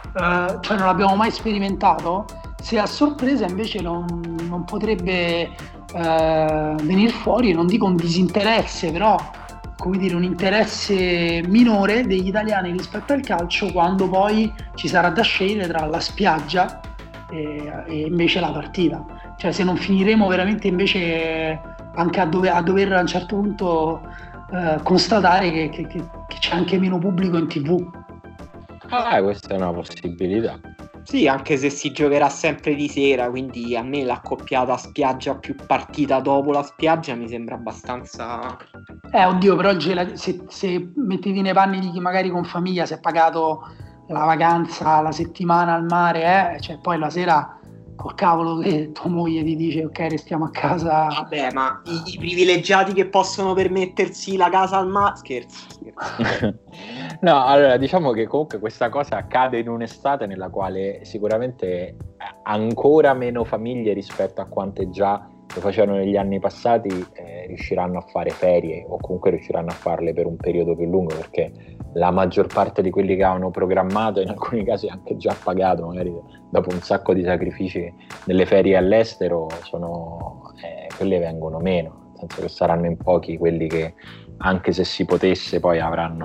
Speaker 3: cioè non l'abbiamo mai sperimentato, se a sorpresa invece non potrebbe venire fuori, non dico un disinteresse, però come dire un interesse minore degli italiani rispetto al calcio, quando poi ci sarà da scegliere tra la spiaggia e invece la partita. Cioè se non finiremo veramente invece anche a dover a un certo punto constatare che c'è anche meno pubblico in TV.
Speaker 1: Questa è una possibilità.
Speaker 4: Sì, anche se si giocherà sempre di sera, quindi a me l'accoppiata spiaggia più partita dopo la spiaggia mi sembra abbastanza...
Speaker 3: Oddio, però se mettiti nei panni di chi magari con famiglia si è pagato la vacanza, la settimana al mare, cioè poi la sera col cavolo che tua moglie ti dice ok restiamo a casa.
Speaker 4: Vabbè, ma i privilegiati che possono permettersi la casa al mare, scherzo.
Speaker 1: No, allora diciamo che comunque questa cosa accade in un'estate nella quale sicuramente ancora meno famiglie rispetto a quante già lo facevano negli anni passati riusciranno a fare ferie, o comunque riusciranno a farle per un periodo più lungo, perché la maggior parte di quelli che avevano programmato, in alcuni casi anche già pagato, magari dopo un sacco di sacrifici delle ferie all'estero, quelle vengono meno, nel senso che saranno in pochi quelli che, anche se si potesse, poi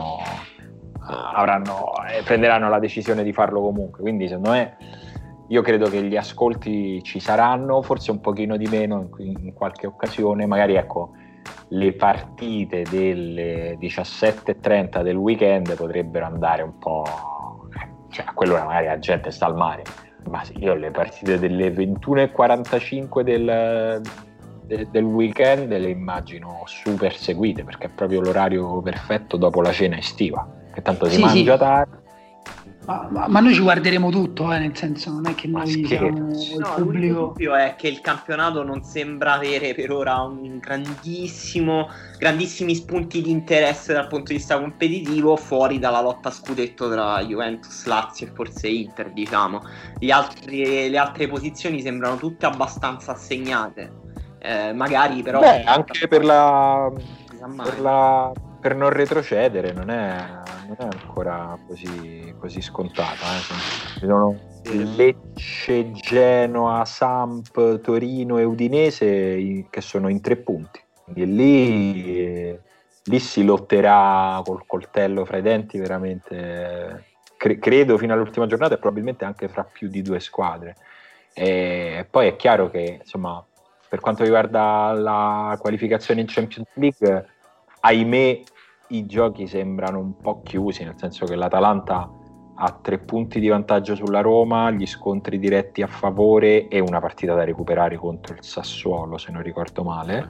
Speaker 1: prenderanno la decisione di farlo comunque. Quindi secondo me, io credo che gli ascolti ci saranno, forse un pochino di meno in qualche occasione, magari ecco le partite delle 17:30 del weekend potrebbero andare un po', cioè a quello magari la gente sta al mare, ma sì, io le partite delle 21:45 del weekend le immagino super seguite, perché è proprio l'orario perfetto dopo la cena estiva, che tanto si mangia tardi.
Speaker 3: Ma noi ci guarderemo tutto, nel senso non è che noi siamo il pubblico.
Speaker 4: Il è che il campionato non sembra avere per ora un grandissimi spunti di interesse dal punto di vista competitivo, fuori dalla lotta a scudetto tra Juventus, Lazio e forse Inter, diciamo. Le altre posizioni sembrano tutte abbastanza assegnate, magari però
Speaker 1: anche per non retrocedere non è ancora così scontata. Ci sono Lecce, Genoa, Samp, Torino e Udinese che sono in 3 punti, quindi lì si lotterà col coltello fra i denti veramente, credo fino all'ultima giornata, e probabilmente anche fra più di 2 squadre. E poi è chiaro che insomma, per quanto riguarda la qualificazione in Champions League, ahimè i giochi sembrano un po' chiusi, nel senso che l'Atalanta ha 3 punti di vantaggio sulla Roma, gli scontri diretti a favore e una partita da recuperare contro il Sassuolo, se non ricordo male,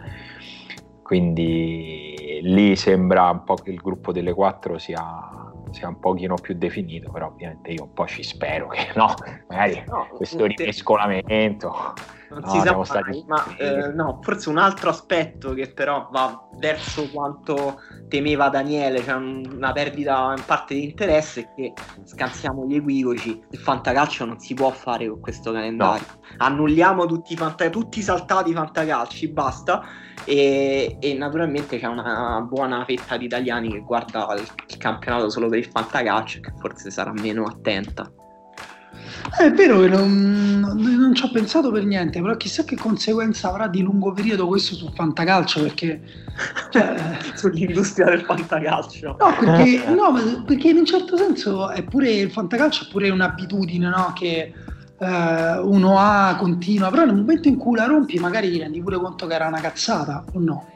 Speaker 1: quindi lì sembra un po' che il gruppo delle 4 sia un pochino più definito, però ovviamente io un po' ci spero che magari questo rimescolamento
Speaker 4: non si sa mai, ma forse un altro aspetto che però va verso quanto temeva Daniele, cioè una perdita in parte di interesse, è che scansiamo gli equivoci. Il fantacalcio non si può fare con questo calendario, annulliamo tutti i saltati fantacalci, basta. E naturalmente c'è una buona fetta di italiani che guarda il campionato solo per il fantacalcio, che forse sarà meno attenta.
Speaker 3: È vero che non ci ho pensato per niente, però chissà che conseguenza avrà di lungo periodo questo sul fantacalcio, perché
Speaker 4: sull'industria del fantacalcio.
Speaker 3: Perché in un certo senso il fantacalcio è pure un'abitudine, no? Che uno continua, però nel momento in cui la rompi magari ti rendi pure conto che era una cazzata, o no?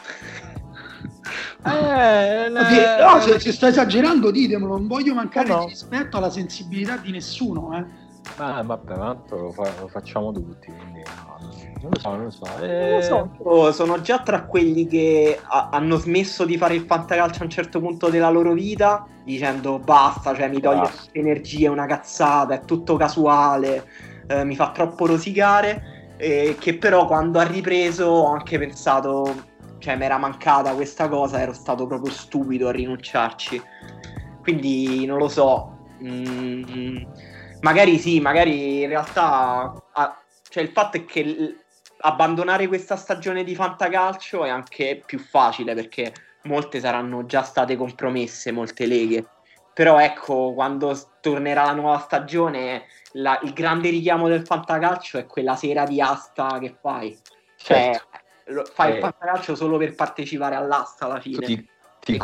Speaker 3: Se sto esagerando ditemelo, non voglio mancare di rispetto alla sensibilità di nessuno,
Speaker 1: vabbè, tanto lo facciamo tutti, quindi non lo
Speaker 4: so. Sono già tra quelli che hanno smesso di fare il fantacalcio a un certo punto della loro vita, dicendo basta, cioè mi toglie energie, è una cazzata, è tutto casuale, mi fa troppo rosicare, che però quando ha ripreso ho anche pensato, cioè mi era mancata questa cosa, ero stato proprio stupido a rinunciarci, quindi non lo so. Magari in realtà cioè il fatto è che abbandonare questa stagione di fantacalcio è anche più facile, perché molte saranno già state compromesse, molte leghe, però ecco, quando tornerà la nuova stagione, il grande richiamo del fantacalcio è quella sera di asta che fai. Cioè, fai il fantacalcio solo per partecipare all'asta alla fine.
Speaker 1: Ti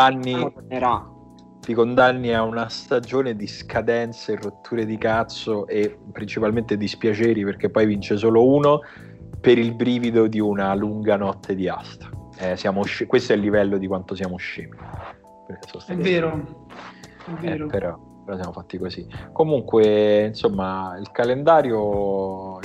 Speaker 1: condanni a una stagione di scadenze, rotture di cazzo e principalmente dispiaceri, perché poi vince solo uno per il brivido di una lunga notte di asta. Questo è il livello di quanto siamo scemi.
Speaker 3: È vero.
Speaker 1: Però siamo fatti così. Comunque, insomma, il calendario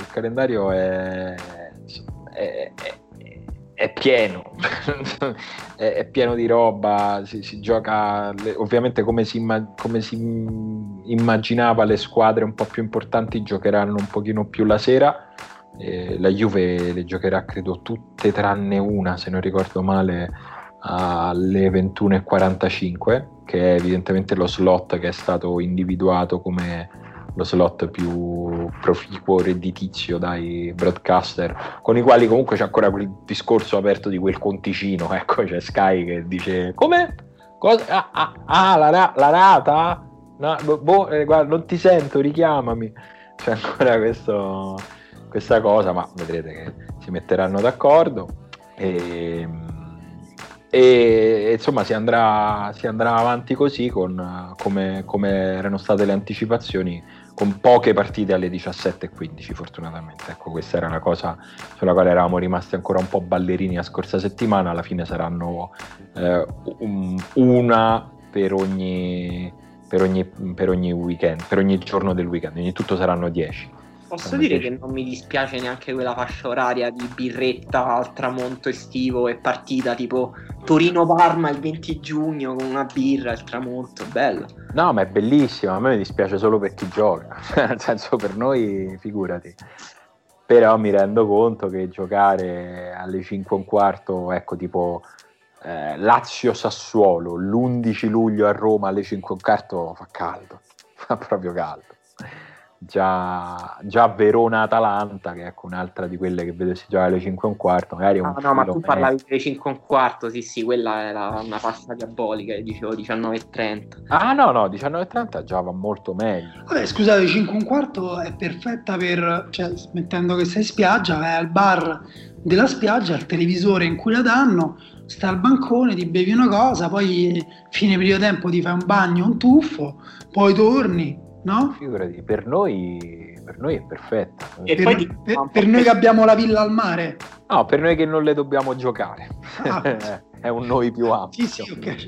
Speaker 1: è pieno. È pieno di roba. Si gioca ovviamente come si immaginava. Le squadre un po' più importanti giocheranno un pochino più la sera. La Juve le giocherà credo tutte tranne una, se non ricordo male, alle 21:45, che è evidentemente lo slot che è stato individuato come lo slot più proficuo, redditizio dai broadcaster, con i quali comunque c'è ancora quel discorso aperto di quel conticino, ecco, c'è Sky che dice come? Cosa? La rata? No, guarda, non ti sento, richiamami. C'è ancora questa cosa, ma vedrete che si metteranno d'accordo e insomma si andrà avanti così come erano state le anticipazioni, con poche partite alle 17:15 fortunatamente. Ecco, questa era una cosa sulla quale eravamo rimasti ancora un po' ballerini la scorsa settimana. Alla fine saranno una per ogni weekend, per ogni giorno del weekend, quindi tutto saranno 10.
Speaker 4: Posso dire che non mi dispiace neanche quella fascia oraria di birretta al tramonto estivo e partita tipo Torino-Parma il 20 giugno con una birra al tramonto, bello.
Speaker 1: No, ma è bellissima, a me dispiace solo per chi gioca, nel senso, per noi figurati. Però mi rendo conto che giocare alle 5:15, ecco, tipo Lazio-Sassuolo l'11 luglio a Roma alle 5:15 fa caldo, fa proprio caldo. Già Verona-Atalanta, che è ecco un'altra di quelle che vedo si gioca alle 5:15, magari un
Speaker 4: no, ma tu parlavi delle 5:15, sì, quella era una pasta diabolica, dicevo 19:30.
Speaker 1: No, 19:30 già va molto meglio.
Speaker 3: Vabbè, scusate, 5:15 è perfetta per, cioè, mettendo che sei in spiaggia, vai al bar della spiaggia, al televisore in cui la danno, stai al bancone, ti bevi una cosa, poi fine periodo tempo ti fai un bagno, un tuffo, poi torni. No?
Speaker 1: Figurati, per noi è perfetta.
Speaker 3: E per noi che abbiamo la villa al mare?
Speaker 1: No, per noi che non le dobbiamo giocare. È un noi più ampio.
Speaker 3: Sì, ok.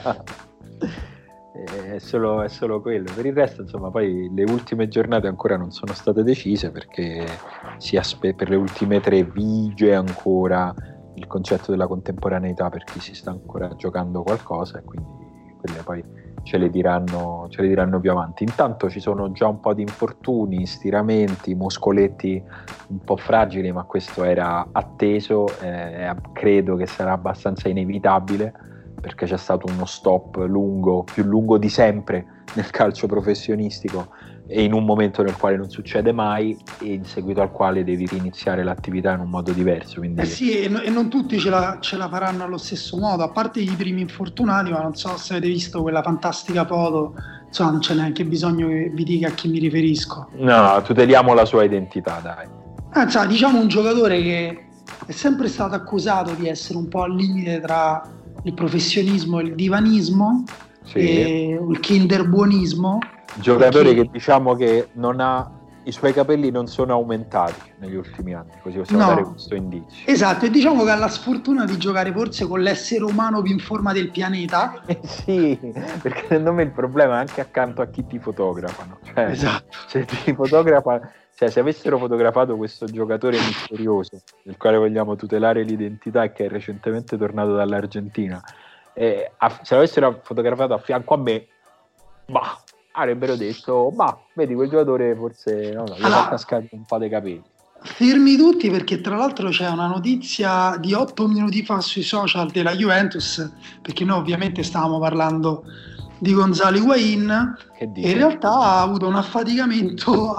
Speaker 1: È solo quello. Per il resto, insomma, poi le ultime giornate ancora non sono state decise, perché per le ultime 3 vige ancora il concetto della contemporaneità per chi si sta ancora giocando qualcosa, e quindi quelle poi ce le diranno più avanti. Intanto ci sono già un po' di infortuni, stiramenti, muscoletti un po' fragili, ma questo era atteso, credo che sarà abbastanza inevitabile, perché c'è stato uno stop più lungo di sempre nel calcio professionistico, e in un momento nel quale non succede mai, e in seguito al quale devi riniziare l'attività in un modo diverso. Quindi...
Speaker 3: sì, e non tutti ce la faranno allo stesso modo, a parte i primi infortunati, ma non so se avete visto quella fantastica foto, insomma non c'è neanche bisogno che vi dica a chi mi riferisco.
Speaker 1: No, tuteliamo la sua identità, dai.
Speaker 3: Cioè, diciamo un giocatore che è sempre stato accusato di essere un po' al limite tra il professionismo e il divanismo,
Speaker 1: sì,
Speaker 3: e il kinderbuonismo.
Speaker 1: Giocatore che diciamo che i suoi capelli non sono aumentati negli ultimi anni, così possiamo dare questo indizio.
Speaker 3: Esatto, e diciamo che ha la sfortuna di giocare forse con l'essere umano più in forma del pianeta.
Speaker 1: Sì, perché secondo me il problema è anche accanto a chi ti fotografano. Cioè,
Speaker 3: esatto.
Speaker 1: Se ti fotografa, cioè, se avessero fotografato questo giocatore misterioso, del quale vogliamo tutelare l'identità e che è recentemente tornato dall'Argentina, se l'avessero fotografato a fianco a me, avrebbero detto, vedi quel giocatore forse gli fa cascare un po' dei capelli.
Speaker 3: Fermi tutti, perché tra l'altro c'è una notizia di 8 minuti fa sui social della Juventus, perché noi ovviamente stavamo parlando di Gonzalo Higuain, e in realtà ha avuto un affaticamento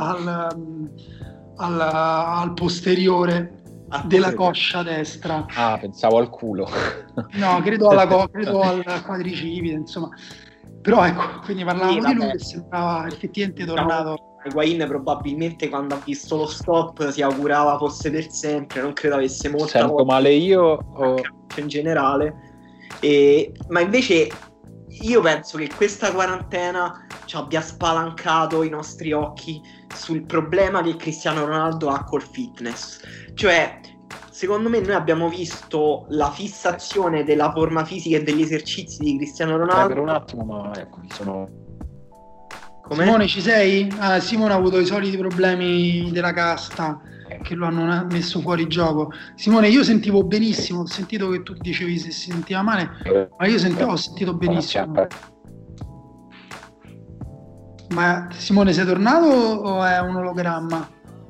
Speaker 3: al posteriore della coscia destra.
Speaker 1: Pensavo al culo.
Speaker 3: No, credo al quadricipite, insomma. Però ecco, quindi parlavamo di lui che sembrava effettivamente tornato.
Speaker 4: Higuain probabilmente quando ha visto lo stop si augurava fosse per sempre, non credo avesse molta
Speaker 1: sento male io
Speaker 4: in generale, ma invece io penso che questa quarantena ci abbia spalancato i nostri occhi sul problema che Cristiano Ronaldo ha col fitness. Cioè, secondo me noi abbiamo visto la fissazione della forma fisica e degli esercizi di Cristiano Ronaldo.
Speaker 1: Per un attimo, ma ecco, sono...
Speaker 3: Com'è? Simone, ci sei? Simone ha avuto i soliti problemi della casta che lo hanno messo fuori gioco. Simone, io sentivo benissimo, ho sentito che tu dicevi se si sentiva male, ma io ho sentito benissimo. Ma Simone, sei tornato o è un ologramma?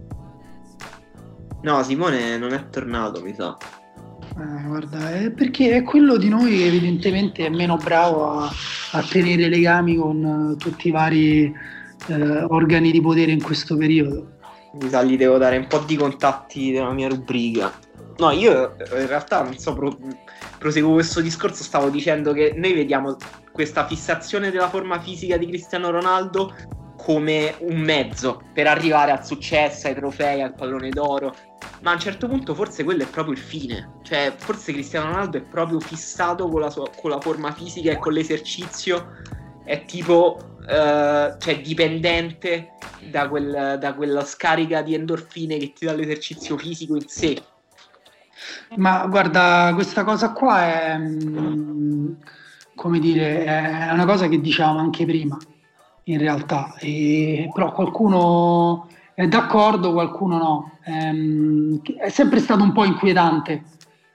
Speaker 4: No, Simone non è tornato, mi sa.
Speaker 3: Guarda, è perché è quello di noi che evidentemente è meno bravo a tenere legami con tutti i vari organi di potere in questo periodo.
Speaker 4: Mi sa, gli devo dare un po' di contatti della mia rubrica. No, io in realtà non so, proseguo questo discorso, stavo dicendo che noi vediamo questa fissazione della forma fisica di Cristiano Ronaldo come un mezzo per arrivare al successo, ai trofei, al pallone d'oro, ma a un certo punto forse quello è proprio il fine. Cioè forse Cristiano Ronaldo è proprio fissato con la forma fisica e con l'esercizio, è tipo cioè dipendente da quella scarica di endorfine che ti dà l'esercizio fisico in sé.
Speaker 3: Ma guarda, questa cosa qua è come dire, è una cosa che dicevamo anche prima in realtà, però qualcuno è d'accordo, qualcuno no. È sempre stato un po' inquietante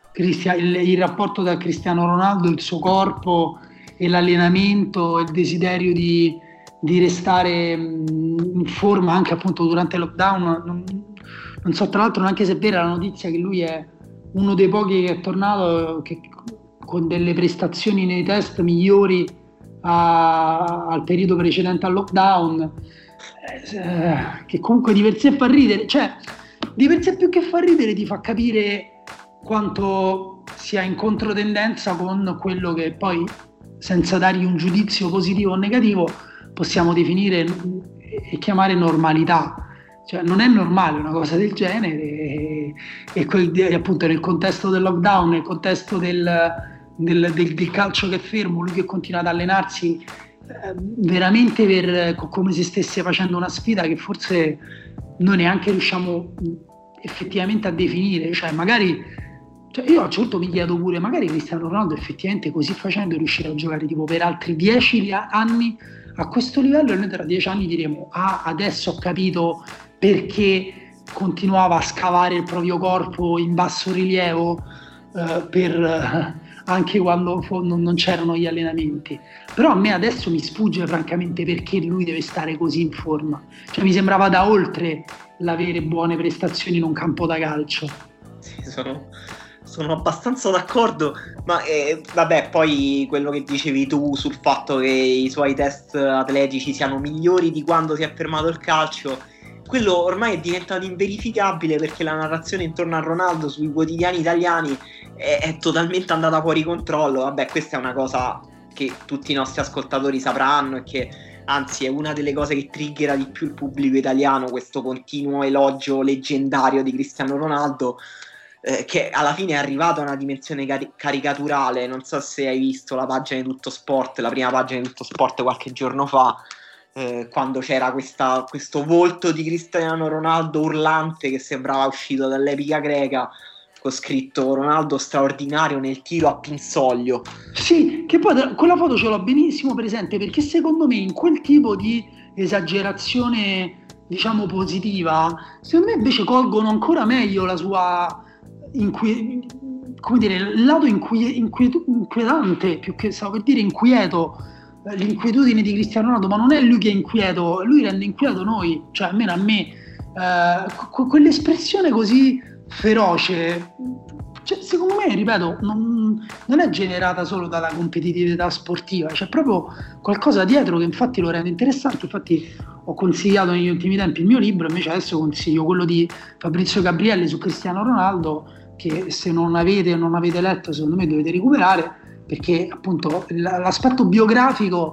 Speaker 3: il rapporto tra Cristiano Ronaldo, il suo corpo e l'allenamento, il desiderio di restare in forma anche appunto durante il lockdown. Non so tra l'altro neanche se è vera la notizia che lui è uno dei pochi che è tornato con delle prestazioni nei test migliori al periodo precedente al lockdown, che comunque di per sé fa ridere, cioè di per sé più che fa ridere ti fa capire quanto sia in controtendenza con quello che poi, senza dargli un giudizio positivo o negativo, possiamo definire e chiamare normalità. Cioè non è normale una cosa del genere e appunto nel contesto del lockdown, nel contesto del calcio che è fermo, lui che continua ad allenarsi veramente come se stesse facendo una sfida che forse noi neanche riusciamo effettivamente a definire. Cioè magari, io a un certo punto mi chiedo pure, magari Cristiano Ronaldo effettivamente così facendo riuscirà a giocare tipo per altri 10 anni a questo livello, e noi tra 10 anni diremo adesso ho capito perché continuava a scavare il proprio corpo in basso rilievo anche quando non c'erano gli allenamenti. Però a me adesso mi sfugge francamente perché lui deve stare così in forma. Cioè mi sembrava da oltre l'avere buone prestazioni in un campo da calcio.
Speaker 4: Sì, sono abbastanza d'accordo, ma vabbè, poi quello che dicevi tu sul fatto che i suoi test atletici siano migliori di quando si è fermato il calcio, quello ormai è diventato inverificabile, perché la narrazione intorno a Ronaldo sui quotidiani italiani è totalmente andata fuori controllo. Vabbè, questa è una cosa che tutti i nostri ascoltatori sapranno e che anzi è una delle cose che triggera di più il pubblico italiano, questo continuo elogio leggendario di Cristiano Ronaldo, che alla fine è arrivato a una dimensione caricaturale. Non so se hai visto la pagina di Tutto Sport, la prima pagina di Tutto Sport qualche giorno fa, quando c'era questo volto di Cristiano Ronaldo urlante che sembrava uscito dall'epica greca, con scritto Ronaldo straordinario nel tiro a pinsoglio.
Speaker 3: Sì, che poi quella foto ce l'ho benissimo presente, perché secondo me in quel tipo di esagerazione, diciamo, positiva, secondo me invece colgono ancora meglio la sua come dire, il lato inquietante, più che stavo per dire inquieto, l'inquietudine di Cristiano Ronaldo. Ma non è lui che è inquieto, lui rende inquieto noi, cioè almeno a me, quell'espressione così feroce, cioè, secondo me, ripeto, non è generata solo dalla competitività sportiva, c'è proprio qualcosa dietro che infatti lo rende interessante. Infatti ho consigliato negli ultimi tempi il mio libro, invece adesso consiglio quello di Fabrizio Gabrielli su Cristiano Ronaldo, che se non avete letto, secondo me dovete recuperare, perché appunto l'aspetto biografico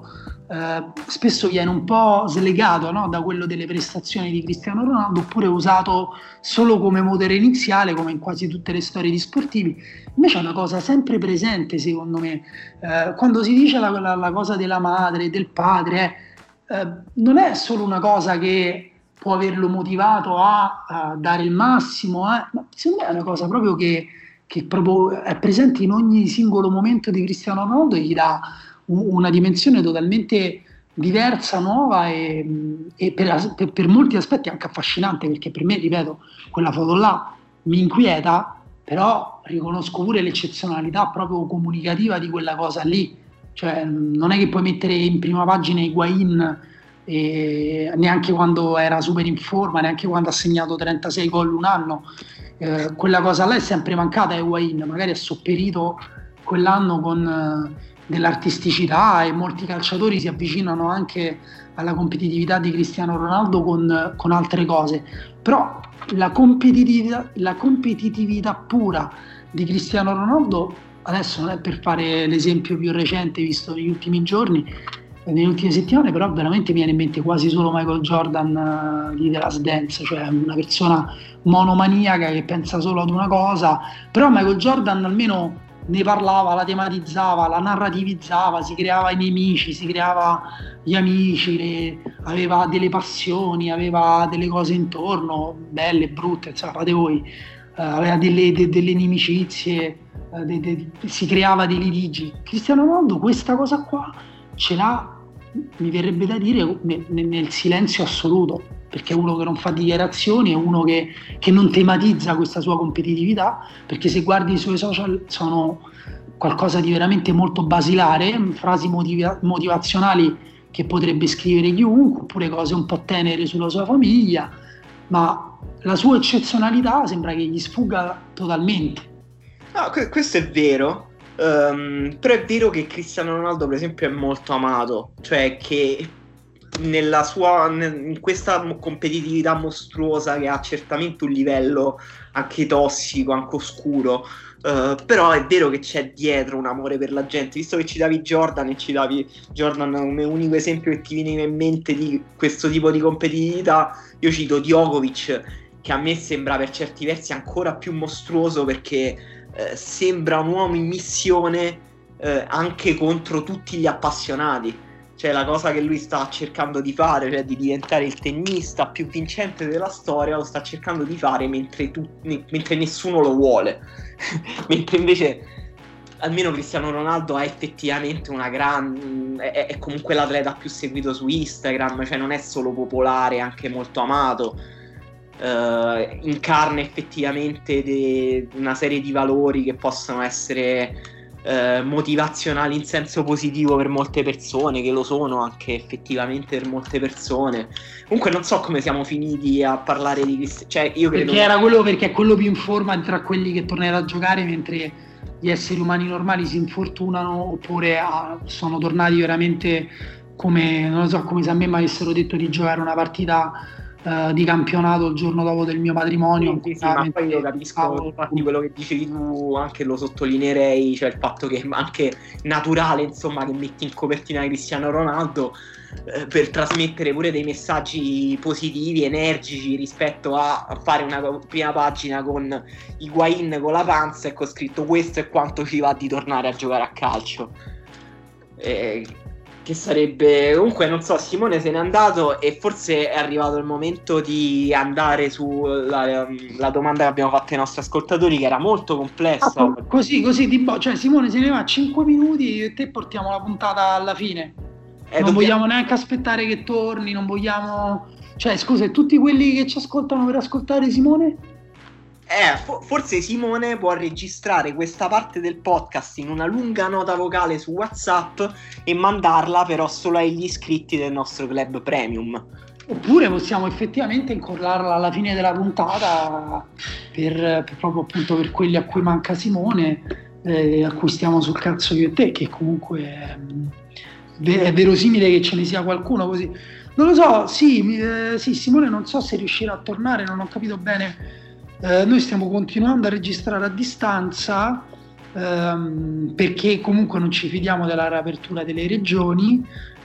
Speaker 3: spesso viene un po' slegato, no, da quello delle prestazioni di Cristiano Ronaldo, oppure usato solo come motore iniziale, come in quasi tutte le storie di sportivi. Invece è una cosa sempre presente, secondo me, quando si dice la cosa della madre, del padre, non è solo una cosa che può averlo motivato a dare il massimo, ma secondo me è una cosa proprio che proprio è presente in ogni singolo momento di Cristiano Ronaldo e gli dà una dimensione totalmente diversa, nuova e per molti aspetti anche affascinante, perché per me, ripeto, quella foto là mi inquieta, però riconosco pure l'eccezionalità proprio comunicativa di quella cosa lì. Cioè non è che puoi mettere in prima pagina Higuaín neanche quando era super in forma, neanche quando ha segnato 36 gol un anno. Quella cosa là è sempre mancata a Higuaín, magari ha sopperito quell'anno con dell'artisticità, e molti calciatori si avvicinano anche alla competitività di Cristiano Ronaldo con altre cose, però la competitività pura di Cristiano Ronaldo, adesso non è per fare l'esempio più recente visto negli ultimi giorni, nelle ultime settimane, però veramente mi viene in mente quasi solo Michael Jordan di The Last Dance, cioè una persona monomaniaca che pensa solo ad una cosa, però Michael Jordan almeno ne parlava, la tematizzava, la narrativizzava, si creava i nemici, si creava gli amici, aveva delle passioni, aveva delle cose intorno, belle, brutte, insomma, fate voi, aveva delle inimicizie, si creava dei litigi. Cristiano Ronaldo questa cosa qua ce l'ha, mi verrebbe da dire, nel silenzio assoluto, perché è uno che non fa dichiarazioni, è uno che non tematizza questa sua competitività, perché se guardi i suoi social sono qualcosa di veramente molto basilare, frasi motivazionali che potrebbe scrivere chiunque, oppure cose un po' tenere sulla sua famiglia, ma la sua eccezionalità sembra che gli sfugga totalmente.
Speaker 4: No, questo è vero, però è vero che Cristiano Ronaldo per esempio è molto amato, cioè che in questa competitività mostruosa, che ha certamente un livello anche tossico, anche oscuro, però è vero che c'è dietro un amore per la gente. Visto che ci davi Jordan e ci davi Jordan come unico esempio che ti viene in mente di questo tipo di competitività, io cito Djokovic, che a me sembra per certi versi ancora più mostruoso, perché sembra un uomo in missione anche contro tutti gli appassionati. Cioè la cosa che lui sta cercando di fare, cioè di diventare il tennista più vincente della storia, lo sta cercando di fare mentre nessuno lo vuole. Mentre invece almeno Cristiano Ronaldo ha effettivamente una è comunque l'atleta più seguito su Instagram, cioè non è solo popolare, è anche molto amato. Incarna effettivamente una serie di valori che possono essere motivazionali in senso positivo per molte persone, che lo sono anche effettivamente per molte persone. Comunque non so come siamo finiti a parlare di Cristiano, cioè io credo
Speaker 3: perché è quello più in forma tra quelli che tornerà a giocare, mentre gli esseri umani normali si infortunano oppure sono tornati veramente come, non lo so, come se a me mi avessero detto di giocare una partita di campionato il giorno dopo del mio matrimonio.
Speaker 4: Sì, ma poi io capisco infatti quello che dicevi tu, anche lo sottolineerei, cioè il fatto che è anche naturale, insomma, che metti in copertina Cristiano Ronaldo per trasmettere pure dei messaggi positivi, energici, rispetto a fare una prima pagina con Higuaín con la panza e con scritto questo è quanto ci va di tornare a giocare a calcio. Che sarebbe, comunque non so, Simone se n'è andato e forse è arrivato il momento di andare sulla domanda che abbiamo fatto ai nostri ascoltatori, che era molto complessa.
Speaker 3: Così cioè Simone se ne va 5 minuti e te portiamo la puntata alla fine. Non vogliamo neanche aspettare che torni, non vogliamo, cioè scusa, tutti quelli che ci ascoltano per ascoltare Simone?
Speaker 4: Forse Simone può registrare questa parte del podcast in una lunga nota vocale su WhatsApp e mandarla però solo agli iscritti del nostro club premium.
Speaker 3: Oppure possiamo effettivamente incollarla alla fine della puntata per proprio appunto per quelli a cui manca Simone, a cui stiamo sul cazzo io e te, che comunque è verosimile che ce ne sia qualcuno così. Non lo so, sì, Simone non so se riuscirà a tornare, non ho capito bene. Noi stiamo continuando a registrare a distanza perché comunque non ci fidiamo della riapertura delle regioni,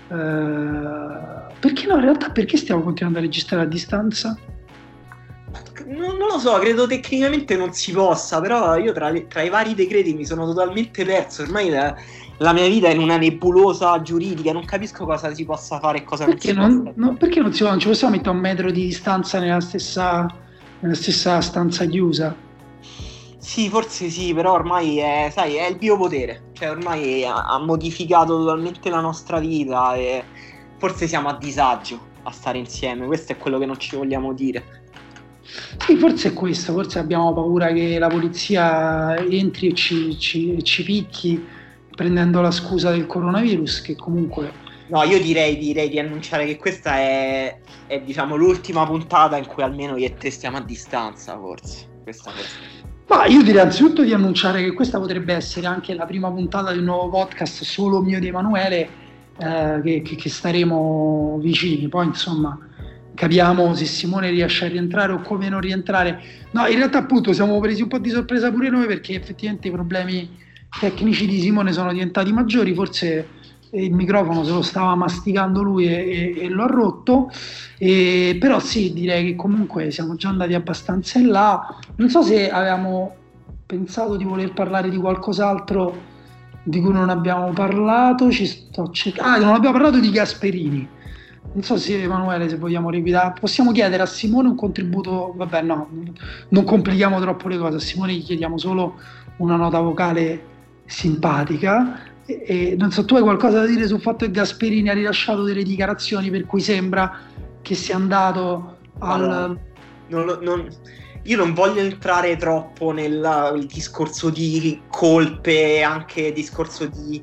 Speaker 3: Perché no, in realtà perché stiamo continuando a registrare a distanza?
Speaker 4: Non lo so, credo tecnicamente non si possa, però io tra i vari decreti mi sono totalmente perso, ormai la mia vita è in una nebulosa giuridica, non capisco cosa si possa fare e cosa
Speaker 3: perché
Speaker 4: non si possa.
Speaker 3: Perché non ci possiamo mettere 1 metro di distanza nella stessa stanza chiusa?
Speaker 4: Sì, forse sì, però ormai è il biopotere, cioè ormai ha modificato totalmente la nostra vita e forse siamo a disagio a stare insieme, questo è quello che non ci vogliamo dire.
Speaker 3: Sì, forse è questo, forse abbiamo paura che la polizia entri e ci picchi prendendo la scusa del coronavirus, che comunque...
Speaker 4: No, io direi di annunciare che questa è diciamo l'ultima puntata in cui almeno io e te stiamo a distanza, forse.
Speaker 3: Ma io direi anzitutto di annunciare che questa potrebbe essere anche la prima puntata di un nuovo podcast solo mio di Emanuele, che staremo vicini, poi insomma capiamo se Simone riesce a rientrare o come non rientrare. No, in realtà appunto siamo presi un po' di sorpresa pure noi, perché effettivamente i problemi tecnici di Simone sono diventati maggiori, forse il microfono se lo stava masticando lui e lo ha rotto, però sì, direi che comunque siamo già andati abbastanza in là. Non so se avevamo pensato di voler parlare di qualcos'altro di cui non abbiamo parlato, non abbiamo parlato di Gasperini. Non so se Emanuele, se vogliamo ripetere, possiamo chiedere a Simone un contributo, vabbè no, non complichiamo troppo le cose, a Simone gli chiediamo solo una nota vocale simpatica. E non so, tu hai qualcosa da dire sul fatto che Gasperini ha rilasciato delle dichiarazioni per cui sembra che sia andato al...
Speaker 4: Io non voglio entrare troppo nel discorso di colpe, anche discorso di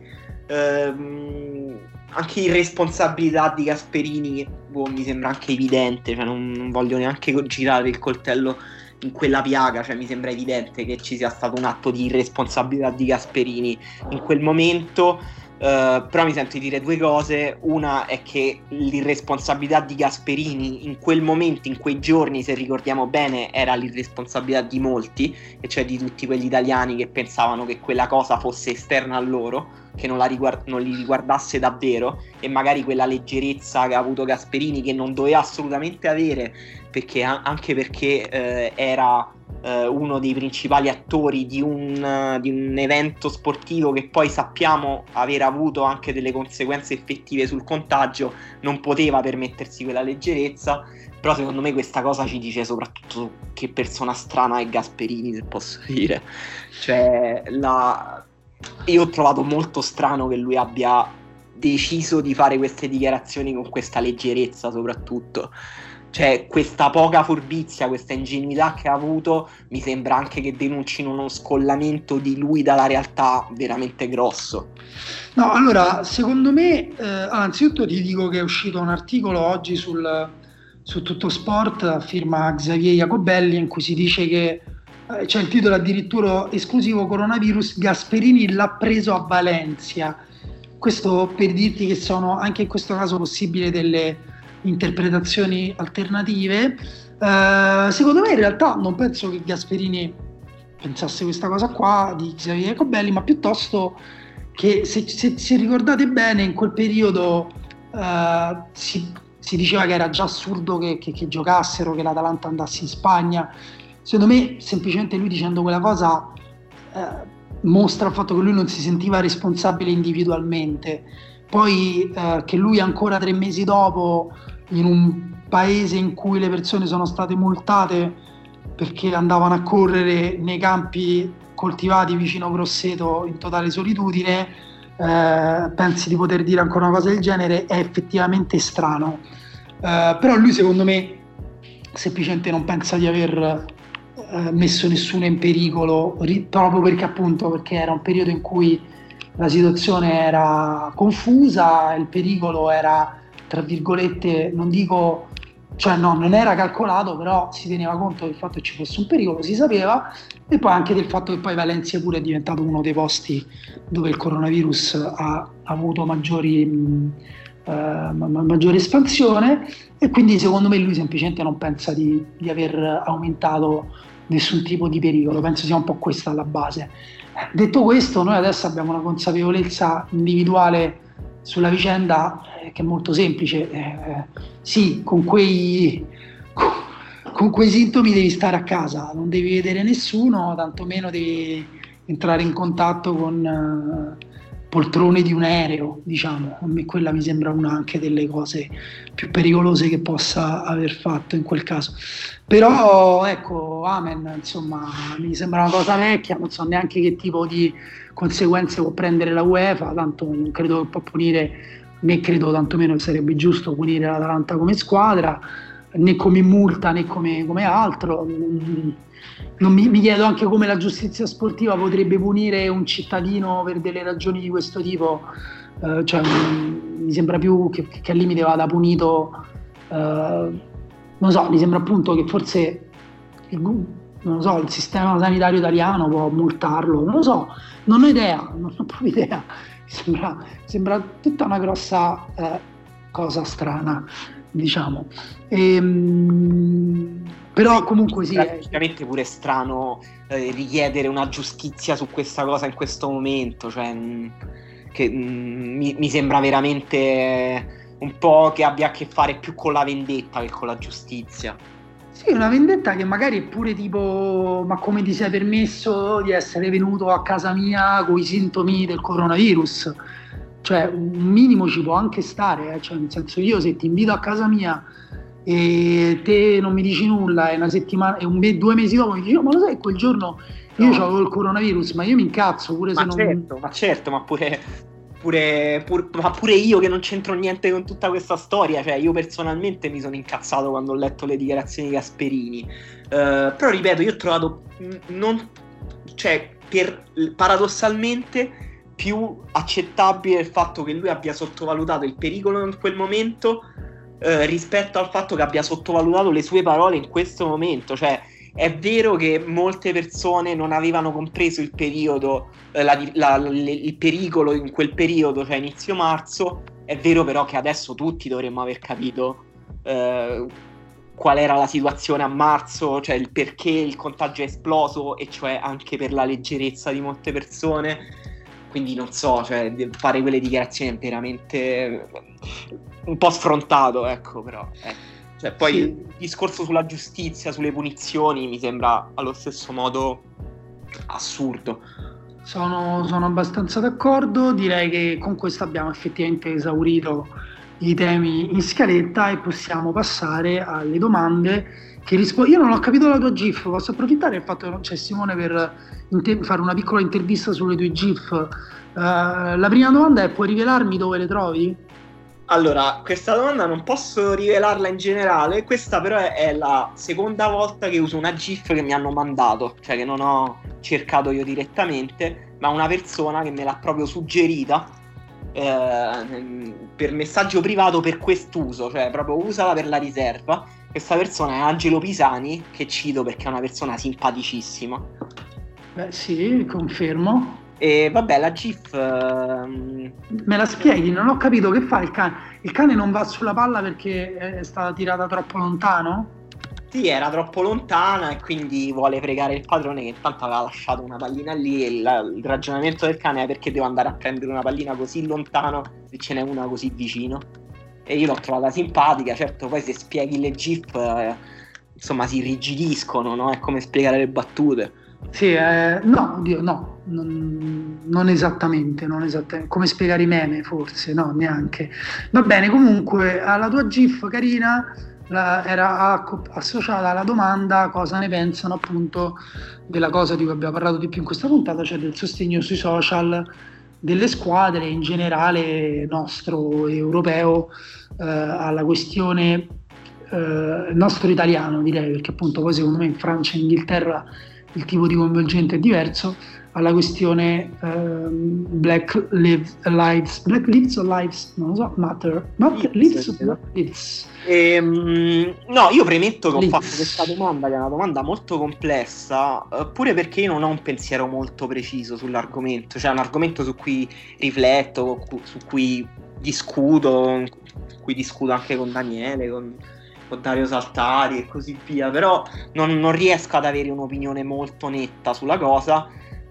Speaker 4: anche irresponsabilità di Gasperini, che mi sembra anche evidente, cioè non voglio neanche girare il coltello in quella piaga, cioè mi sembra evidente che ci sia stato un atto di irresponsabilità di Gasperini in quel momento, però mi sento di dire 2 cose. Una è che l'irresponsabilità di Gasperini in quel momento, in quei giorni, se ricordiamo bene, era l'irresponsabilità di molti, e cioè di tutti quegli italiani che pensavano che quella cosa fosse esterna a loro, che non li riguardasse davvero, e magari quella leggerezza che ha avuto Gasperini, che non doveva assolutamente avere, perché anche perché era uno dei principali attori di un evento sportivo che poi sappiamo aver avuto anche delle conseguenze effettive sul contagio, non poteva permettersi quella leggerezza. Però secondo me questa cosa ci dice soprattutto che persona strana è Gasperini, se posso dire. Cioè, io ho trovato molto strano che lui abbia deciso di fare queste dichiarazioni con questa leggerezza, soprattutto. Cioè, questa poca furbizia, questa ingenuità che ha avuto, mi sembra anche che denuncino uno scollamento di lui dalla realtà veramente grosso.
Speaker 3: No, allora, secondo me, anzitutto ti dico che è uscito un articolo oggi su Tutto Sport a firma Xavier Jacobelli, in cui si dice che c'è il titolo addirittura esclusivo: coronavirus, Gasperini l'ha preso a Valencia. Questo per dirti che sono anche in questo caso possibili delle interpretazioni alternative. Secondo me in realtà non penso che Gasperini pensasse questa cosa qua di Xavier Jacobelli, ma piuttosto che se ricordate bene, in quel periodo si diceva che era già assurdo che giocassero, che l'Atalanta andasse in Spagna. Secondo me semplicemente lui dicendo quella cosa mostra il fatto che lui non si sentiva responsabile individualmente. Poi che lui ancora 3 mesi dopo, in un paese in cui le persone sono state multate perché andavano a correre nei campi coltivati vicino Grosseto in totale solitudine, pensi di poter dire ancora una cosa del genere, è effettivamente strano. Però lui secondo me semplicemente non pensa di aver messo nessuno in pericolo, proprio perché era un periodo in cui la situazione era confusa, il pericolo era, tra virgolette, non dico, cioè no, non era calcolato, però si teneva conto del fatto che ci fosse un pericolo, si sapeva, e poi anche del fatto che poi Valencia pure è diventato uno dei posti dove il coronavirus ha avuto maggiore espansione, e quindi secondo me lui semplicemente non pensa di aver aumentato nessun tipo di pericolo. Penso sia un po' questa la base. Detto questo, noi adesso abbiamo una consapevolezza individuale sulla vicenda, che è molto semplice. Sì, con quei sintomi devi stare a casa, non devi vedere nessuno, tantomeno devi entrare in contatto con poltrone di un aereo, diciamo. A me quella mi sembra una anche delle cose più pericolose che possa aver fatto in quel caso. Però ecco, amen, insomma, mi sembra una cosa vecchia, non so neanche che tipo di conseguenze può prendere la UEFA, tanto non credo che può punire, né credo tantomeno che sarebbe giusto punire l'Atalanta come squadra, né come multa né come altro. Non mi chiedo anche come la giustizia sportiva potrebbe punire un cittadino per delle ragioni di questo tipo, cioè mi sembra più che al limite vada punito, non so, mi sembra appunto che forse il sistema sanitario italiano può multarlo, non lo so, non ho idea, non ho proprio idea, sembra tutta una grossa cosa strana, diciamo. Però comunque sì,
Speaker 4: è praticamente pure strano richiedere una giustizia su questa cosa in questo momento, cioè che mi sembra veramente un po' che abbia a che fare più con la vendetta che con la giustizia.
Speaker 3: Sì, una vendetta che magari è pure tipo: ma come ti sei permesso di essere venuto a casa mia con i sintomi del coronavirus? Cioè un minimo ci può anche stare, cioè, nel senso, io se ti invito a casa mia e te non mi dici nulla, e una settimana e 2 mesi dopo mi dici: ma lo sai, quel giorno io avevo il coronavirus, ma io mi incazzo pure se
Speaker 4: ma pure io che non c'entro niente con tutta questa storia, cioè io personalmente mi sono incazzato quando ho letto le dichiarazioni di Gasperini, però ripeto, io ho trovato paradossalmente più accettabile il fatto che lui abbia sottovalutato il pericolo in quel momento rispetto al fatto che abbia sottovalutato le sue parole in questo momento. Cioè è vero che molte persone non avevano compreso il periodo, il pericolo in quel periodo, cioè inizio marzo. È vero però che adesso tutti dovremmo aver capito qual era la situazione a marzo, cioè il perché il contagio è esploso, e cioè anche per la leggerezza di molte persone. Quindi non so, cioè fare quelle dichiarazioni è veramente un po' sfrontato, ecco, però cioè, poi sì. Il discorso sulla giustizia, sulle punizioni mi sembra allo stesso modo assurdo.
Speaker 3: Sono abbastanza d'accordo, direi che con questo abbiamo effettivamente esaurito i temi in scaletta e possiamo passare alle domande che io non ho capito la tua GIF, posso approfittare del fatto che non c'è Simone per fare una piccola intervista sulle tue GIF. La prima domanda è: puoi rivelarmi dove le trovi?
Speaker 4: Allora, questa domanda non posso rivelarla in generale, questa però è la seconda volta che uso una GIF che mi hanno mandato, cioè che non ho cercato io direttamente, ma una persona che me l'ha proprio suggerita per messaggio privato per quest'uso, cioè proprio usala per la riserva. Questa persona è Angelo Pisani, che cito perché è una persona simpaticissima.
Speaker 3: Beh sì, confermo.
Speaker 4: E vabbè, la GIF
Speaker 3: me la spieghi? Non ho capito, che fa il cane? Il cane non va sulla palla perché è stata tirata troppo lontano?
Speaker 4: Sì, era troppo lontana e quindi vuole fregare il padrone, che intanto aveva lasciato una pallina lì, e il ragionamento del cane è: perché devo andare a prendere una pallina così lontano se ce n'è una così vicino? E io l'ho trovata simpatica. Certo, poi se spieghi le GIF insomma si irrigidiscono, no? È come spiegare le battute.
Speaker 3: Sì, no, non esattamente, come spiegare i meme, forse, no, neanche. Va bene, comunque alla tua GIF carina era associata alla domanda: cosa ne pensano appunto della cosa di cui abbiamo parlato di più in questa puntata, cioè del sostegno sui social delle squadre in generale, nostro europeo, alla questione nostro italiano, direi, perché appunto poi secondo me in Francia e Inghilterra il tipo di coinvolgente è diverso, alla questione Black Lives o Lives, non lo so, Matter. Lives.
Speaker 4: No, io premetto che ho fatto questa domanda, che è una domanda molto complessa, pure perché io non ho un pensiero molto preciso sull'argomento, cioè è un argomento su cui rifletto, su cui discuto anche con Daniele, con Dario Saltari e così via, però non riesco ad avere un'opinione molto netta sulla cosa.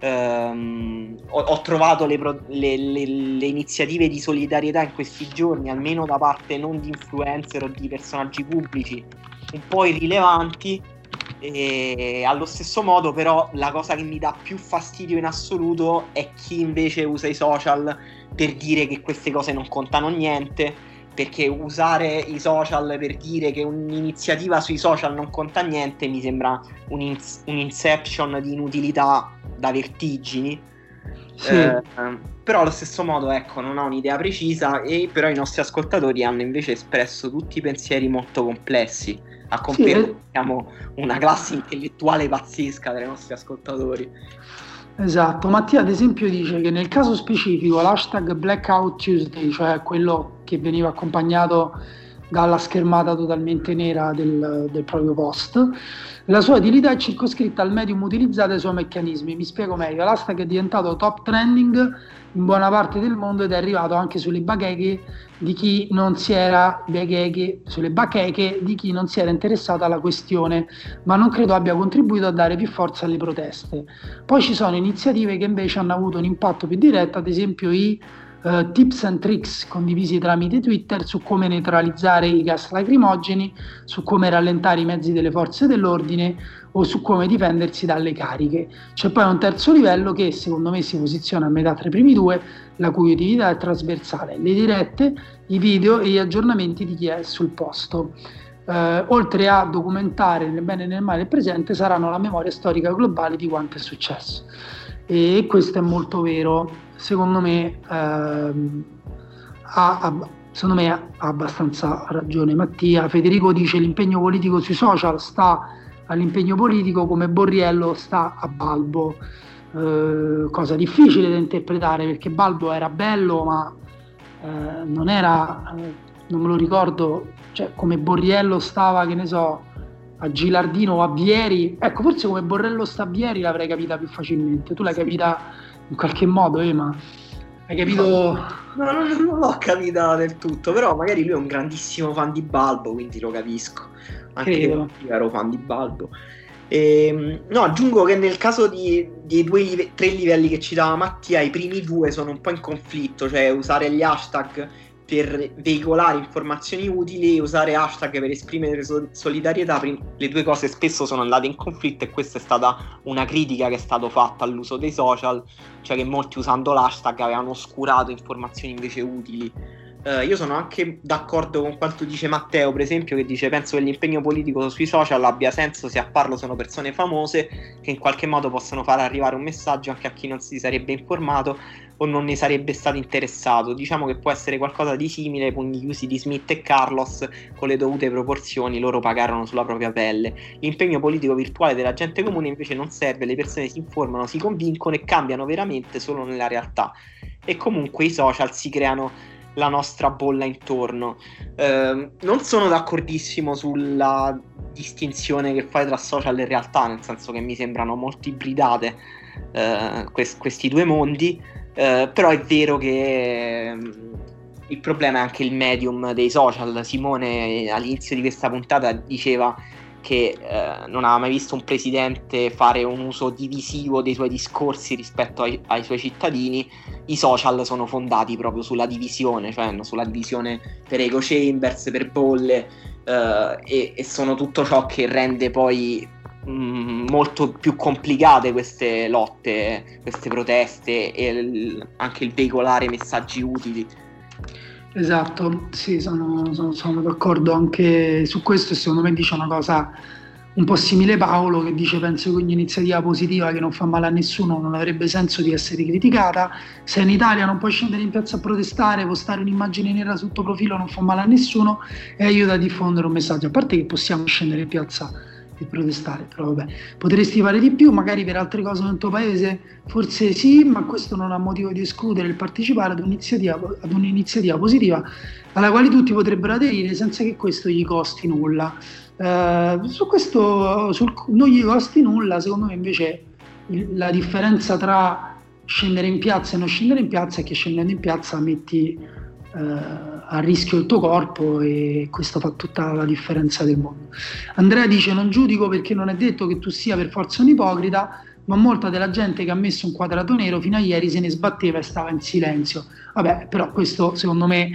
Speaker 4: Ho trovato le iniziative di solidarietà in questi giorni, almeno da parte non di influencer o di personaggi pubblici, un po' irrilevanti. E allo stesso modo però la cosa che mi dà più fastidio in assoluto è chi invece usa i social per dire che queste cose non contano niente, perché usare i social per dire che un'iniziativa sui social non conta niente mi sembra un inception di inutilità da vertigini. Sì. Però allo stesso modo, ecco, non ho un'idea precisa, e però i nostri ascoltatori hanno invece espresso tutti pensieri molto complessi, a conferma che siamo una classe intellettuale pazzesca dai nostri ascoltatori.
Speaker 3: Esatto, Mattia ad esempio dice che nel caso specifico l'hashtag Blackout Tuesday, cioè quello che veniva accompagnato dalla schermata totalmente nera del proprio post, la sua utilità è circoscritta al medium utilizzato e ai suoi meccanismi. Mi spiego meglio: l'hashtag è diventato top trending in buona parte del mondo ed è arrivato anche sulle bacheche di chi non si era interessato alla questione, ma non credo abbia contribuito a dare più forza alle proteste. Poi ci sono iniziative che invece hanno avuto un impatto più diretto, ad esempio i tips and tricks condivisi tramite Twitter su come neutralizzare i gas lacrimogeni, su come rallentare i mezzi delle forze dell'ordine o su come difendersi dalle cariche. C'è poi un terzo livello che secondo me si posiziona a metà tra i primi due, la cui utilità è trasversale: le dirette, i video e gli aggiornamenti di chi è sul posto. Oltre a documentare nel bene e nel male del presente, saranno la memoria storica globale di quanto è successo. E questo è molto vero. Secondo me ha abbastanza ragione Mattia. Federico dice: l'impegno politico sui social sta all'impegno politico come Borriello sta a Balbo. Cosa difficile da interpretare, perché Balbo era bello, ma non era, non me lo ricordo, cioè come Borriello stava, che ne so, a Gilardino o a Vieri. Ecco, forse come Borriello sta a Vieri l'avrei capita più facilmente. Tu l'hai capita in qualche modo, ma hai capito?
Speaker 4: No, non l'ho capita del tutto, però magari lui è un grandissimo fan di Balbo, quindi lo capisco. Anche io ero fan di Balbo. No, aggiungo che nel caso dei tre livelli che citava Mattia, i primi due sono un po' in conflitto, cioè usare gli hashtag per veicolare informazioni utili e usare hashtag per esprimere solidarietà. Le due cose spesso sono andate in conflitto, e questa è stata una critica che è stata fatta all'uso dei social, cioè che molti usando l'hashtag avevano oscurato informazioni invece utili. Io sono anche d'accordo con quanto dice Matteo, per esempio, che dice: penso che l'impegno politico sui social abbia senso se a farlo sono persone famose che in qualche modo possono far arrivare un messaggio anche a chi non si sarebbe informato o non ne sarebbe stato interessato. Diciamo che può essere qualcosa di simile con gli usi di Smith e Carlos, con le dovute proporzioni loro pagarono sulla propria pelle. L'impegno politico virtuale della gente comune invece non serve, le persone si informano, si convincono e cambiano veramente solo nella realtà. E comunque i social si creano la nostra bolla intorno. Non sono d'accordissimo sulla distinzione che fai tra social e realtà, nel senso che mi sembrano molto ibridate questi due mondi. Però è vero che il problema è anche il medium dei social. Simone all'inizio di questa puntata diceva che non aveva mai visto un presidente fare un uso divisivo dei suoi discorsi rispetto ai suoi cittadini. I social sono fondati proprio sulla divisione, cioè sulla divisione per echo chambers, per bolle, e sono tutto ciò che rende poi molto più complicate queste lotte, queste proteste, e anche il veicolare messaggi utili.
Speaker 3: Esatto, sì, sono d'accordo anche su questo, e secondo me dice una cosa un po' simile Paolo, che dice: penso che ogni iniziativa positiva che non fa male a nessuno non avrebbe senso di essere criticata. Se in Italia non puoi scendere in piazza a protestare, postare un'immagine nera sul tuo profilo non fa male a nessuno e aiuta a diffondere un messaggio. A parte che possiamo scendere in piazza e protestare, però vabbè, potresti fare di più magari per altre cose nel tuo paese, forse sì, ma questo non ha motivo di escludere il partecipare ad un'iniziativa positiva alla quale tutti potrebbero aderire senza che questo gli costi nulla. Su questo non gli costi nulla, secondo me invece la differenza tra scendere in piazza e non scendere in piazza è che scendendo in piazza metti a rischio il tuo corpo, e questo fa tutta la differenza del mondo. Andrea dice: non giudico perché non è detto che tu sia per forza un ipocrita, ma molta della gente che ha messo un quadrato nero fino a ieri se ne sbatteva e stava in silenzio. Vabbè, però questo secondo me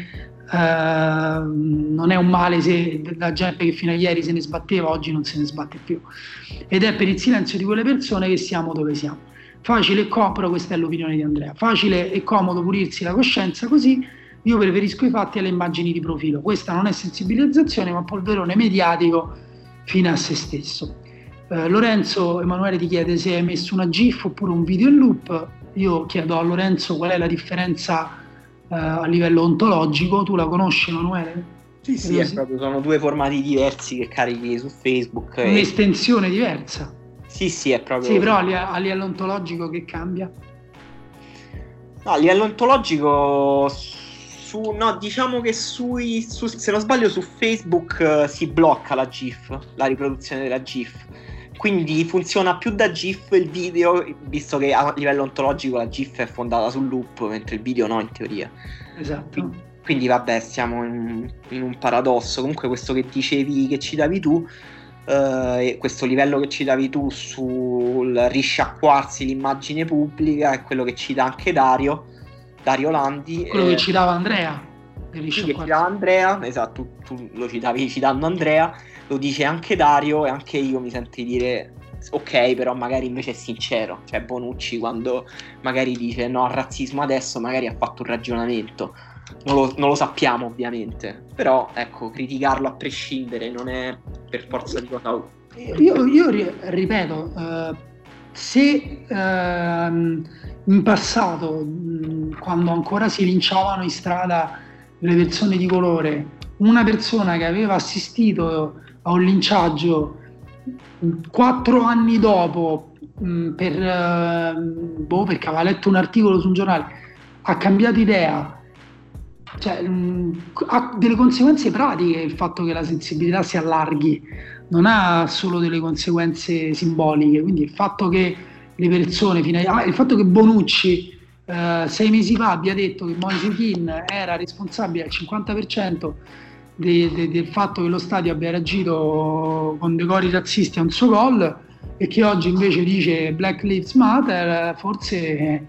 Speaker 3: non è un male se la gente che fino a ieri se ne sbatteva oggi non se ne sbatte più, ed è per il silenzio di quelle persone che siamo dove siamo. Facile e comodo, questa è l'opinione di Andrea, facile e comodo pulirsi la coscienza così, io preferisco i fatti alle immagini di profilo. Questa non è sensibilizzazione ma polverone mediatico fine a se stesso. Lorenzo Emanuele ti chiede se hai messo una GIF oppure un video in loop. Io chiedo a Lorenzo qual è la differenza a livello ontologico. Tu la conosci, Emanuele?
Speaker 4: Sì, è proprio, sono due formati diversi che carichi su Facebook.
Speaker 3: Un'estensione diversa.
Speaker 4: Sì, è proprio.
Speaker 3: Sì, però a livello ontologico che cambia?
Speaker 4: No, a livello ontologico no, diciamo che se non sbaglio su Facebook si blocca la GIF, la riproduzione della GIF. Quindi funziona più da GIF il video, visto che a livello ontologico la GIF è fondata sul loop, mentre il video no, in teoria.
Speaker 3: Esatto.
Speaker 4: Quindi vabbè, siamo in un paradosso. Comunque questo che dicevi, che citavi tu, questo livello che citavi tu sul risciacquarsi l'immagine pubblica è quello che cita anche Dario Landi.
Speaker 3: Quello che citava Andrea.
Speaker 4: Che citava Andrea, esatto, tu lo citavi citando Andrea, lo dice anche Dario, e anche io mi sento di dire ok, però magari invece è sincero, cioè Bonucci quando magari dice no al razzismo adesso magari ha fatto un ragionamento, non lo sappiamo ovviamente, però ecco, criticarlo a prescindere non è per forza di cosa.
Speaker 3: Io ripeto, se in passato, quando ancora si linciavano in strada le persone di colore, una persona che aveva assistito a un linciaggio 4 anni dopo perché aveva letto un articolo su un giornale, ha cambiato idea, cioè ha delle conseguenze pratiche il fatto che la sensibilità si allarghi, non ha solo delle conseguenze simboliche. Quindi il fatto che le persone il fatto che Bonucci 6 mesi fa abbia detto che Moise Kean era responsabile al 50% del fatto che lo stadio abbia reagito con decori razzisti a un suo gol, e che oggi invece dice Black Lives Matter, forse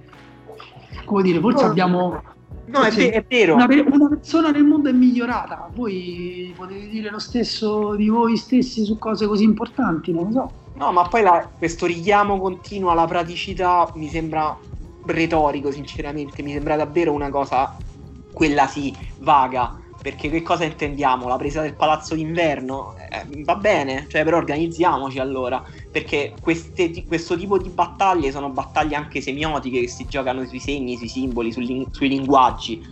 Speaker 3: abbiamo...
Speaker 4: No, è vero.
Speaker 3: Una persona nel mondo è migliorata. Voi potete dire lo stesso di voi stessi su cose così importanti, non lo so.
Speaker 4: No, ma poi questo richiamo continuo alla praticità mi sembra retorico, sinceramente. Mi sembra davvero una cosa, quella sì, vaga. Perché che cosa intendiamo? La presa del palazzo d'inverno? Va bene, cioè però organizziamoci allora, perché questo tipo di battaglie sono battaglie anche semiotiche che si giocano sui segni, sui simboli, sui linguaggi.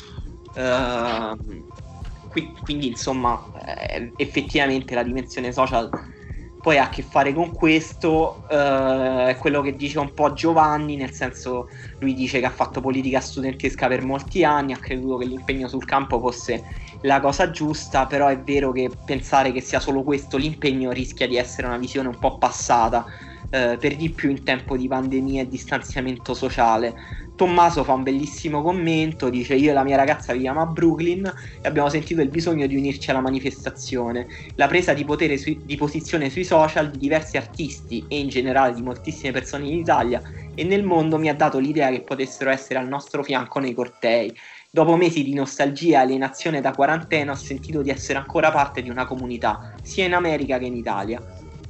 Speaker 4: Quindi insomma effettivamente la dimensione social poi ha a che fare con questo, è quello che dice un po' Giovanni, nel senso, lui dice che ha fatto politica studentesca per molti anni, ha creduto che l'impegno sul campo fosse la cosa giusta, però è vero che pensare che sia solo questo l'impegno rischia di essere una visione un po' passata, per di più in tempo di pandemia e distanziamento sociale. Tommaso fa un bellissimo commento, dice: io e la mia ragazza viviamo a Brooklyn e abbiamo sentito il bisogno di unirci alla manifestazione. La presa di potere di posizione sui social di diversi artisti e in generale di moltissime persone in Italia e nel mondo mi ha dato l'idea che potessero essere al nostro fianco nei cortei. Dopo mesi di nostalgia e alienazione da quarantena ho sentito di essere ancora parte di una comunità, sia in America che in Italia.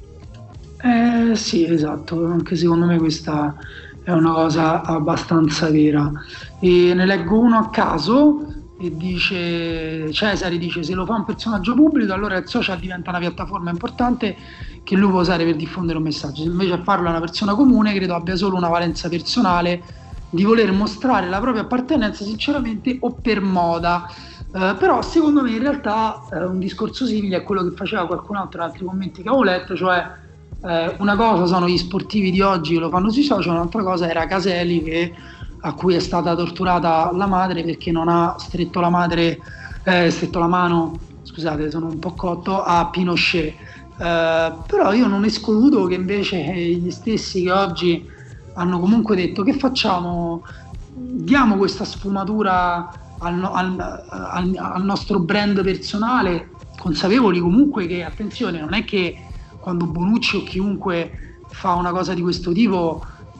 Speaker 3: Sì, esatto, anche secondo me questa è una cosa abbastanza vera. E ne leggo uno a caso e dice Cesare, dice: se lo fa un personaggio pubblico allora il social diventa una piattaforma importante che lui può usare per diffondere un messaggio, se invece a farlo è una persona comune credo abbia solo una valenza personale di voler mostrare la propria appartenenza sinceramente o per moda. Però secondo me in realtà un discorso simile a quello che faceva qualcun altro in altri commenti che avevo letto, cioè una cosa sono gli sportivi di oggi che lo fanno sui social, un'altra cosa era Caselli a cui è stata torturata la madre perché non ha stretto la mano, scusate sono un po' cotto, a Pinochet. Però io non escludo che invece gli stessi che oggi hanno comunque detto: che facciamo, diamo questa sfumatura al nostro brand personale, consapevoli comunque che, attenzione, non è che quando Bonucci o chiunque fa una cosa di questo tipo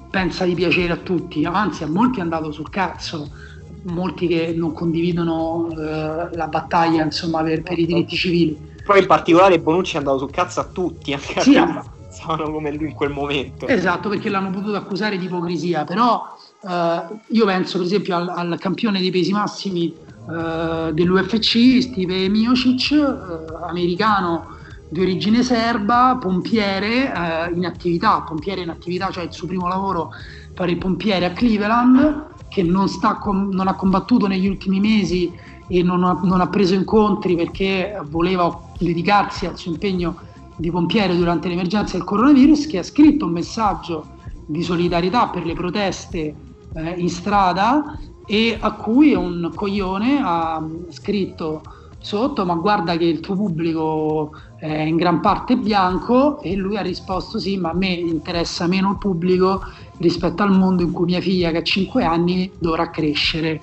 Speaker 3: pensa di piacere a tutti, anzi a molti è andato sul cazzo, molti che non condividono la battaglia, insomma, per i diritti civili.
Speaker 4: Poi in particolare Bonucci è andato sul cazzo a tutti, anche a
Speaker 3: Sì,
Speaker 4: quelli che pensavano come lui in quel momento.
Speaker 3: Esatto, perché l'hanno potuto accusare di ipocrisia, però io penso per esempio al campione dei pesi massimi dell'UFC, Stipe Miocic, americano di origine serba, pompiere in attività, cioè il suo primo lavoro, fare il pompiere a Cleveland, che non ha combattuto negli ultimi mesi e non ha preso incontri perché voleva dedicarsi al suo impegno di pompiere durante l'emergenza del coronavirus, che ha scritto un messaggio di solidarietà per le proteste in strada, e a cui un coglione ha scritto sotto: ma guarda che il tuo pubblico è in gran parte bianco, e lui ha risposto: sì, ma a me interessa meno il pubblico rispetto al mondo in cui mia figlia, che ha 5 anni, dovrà crescere.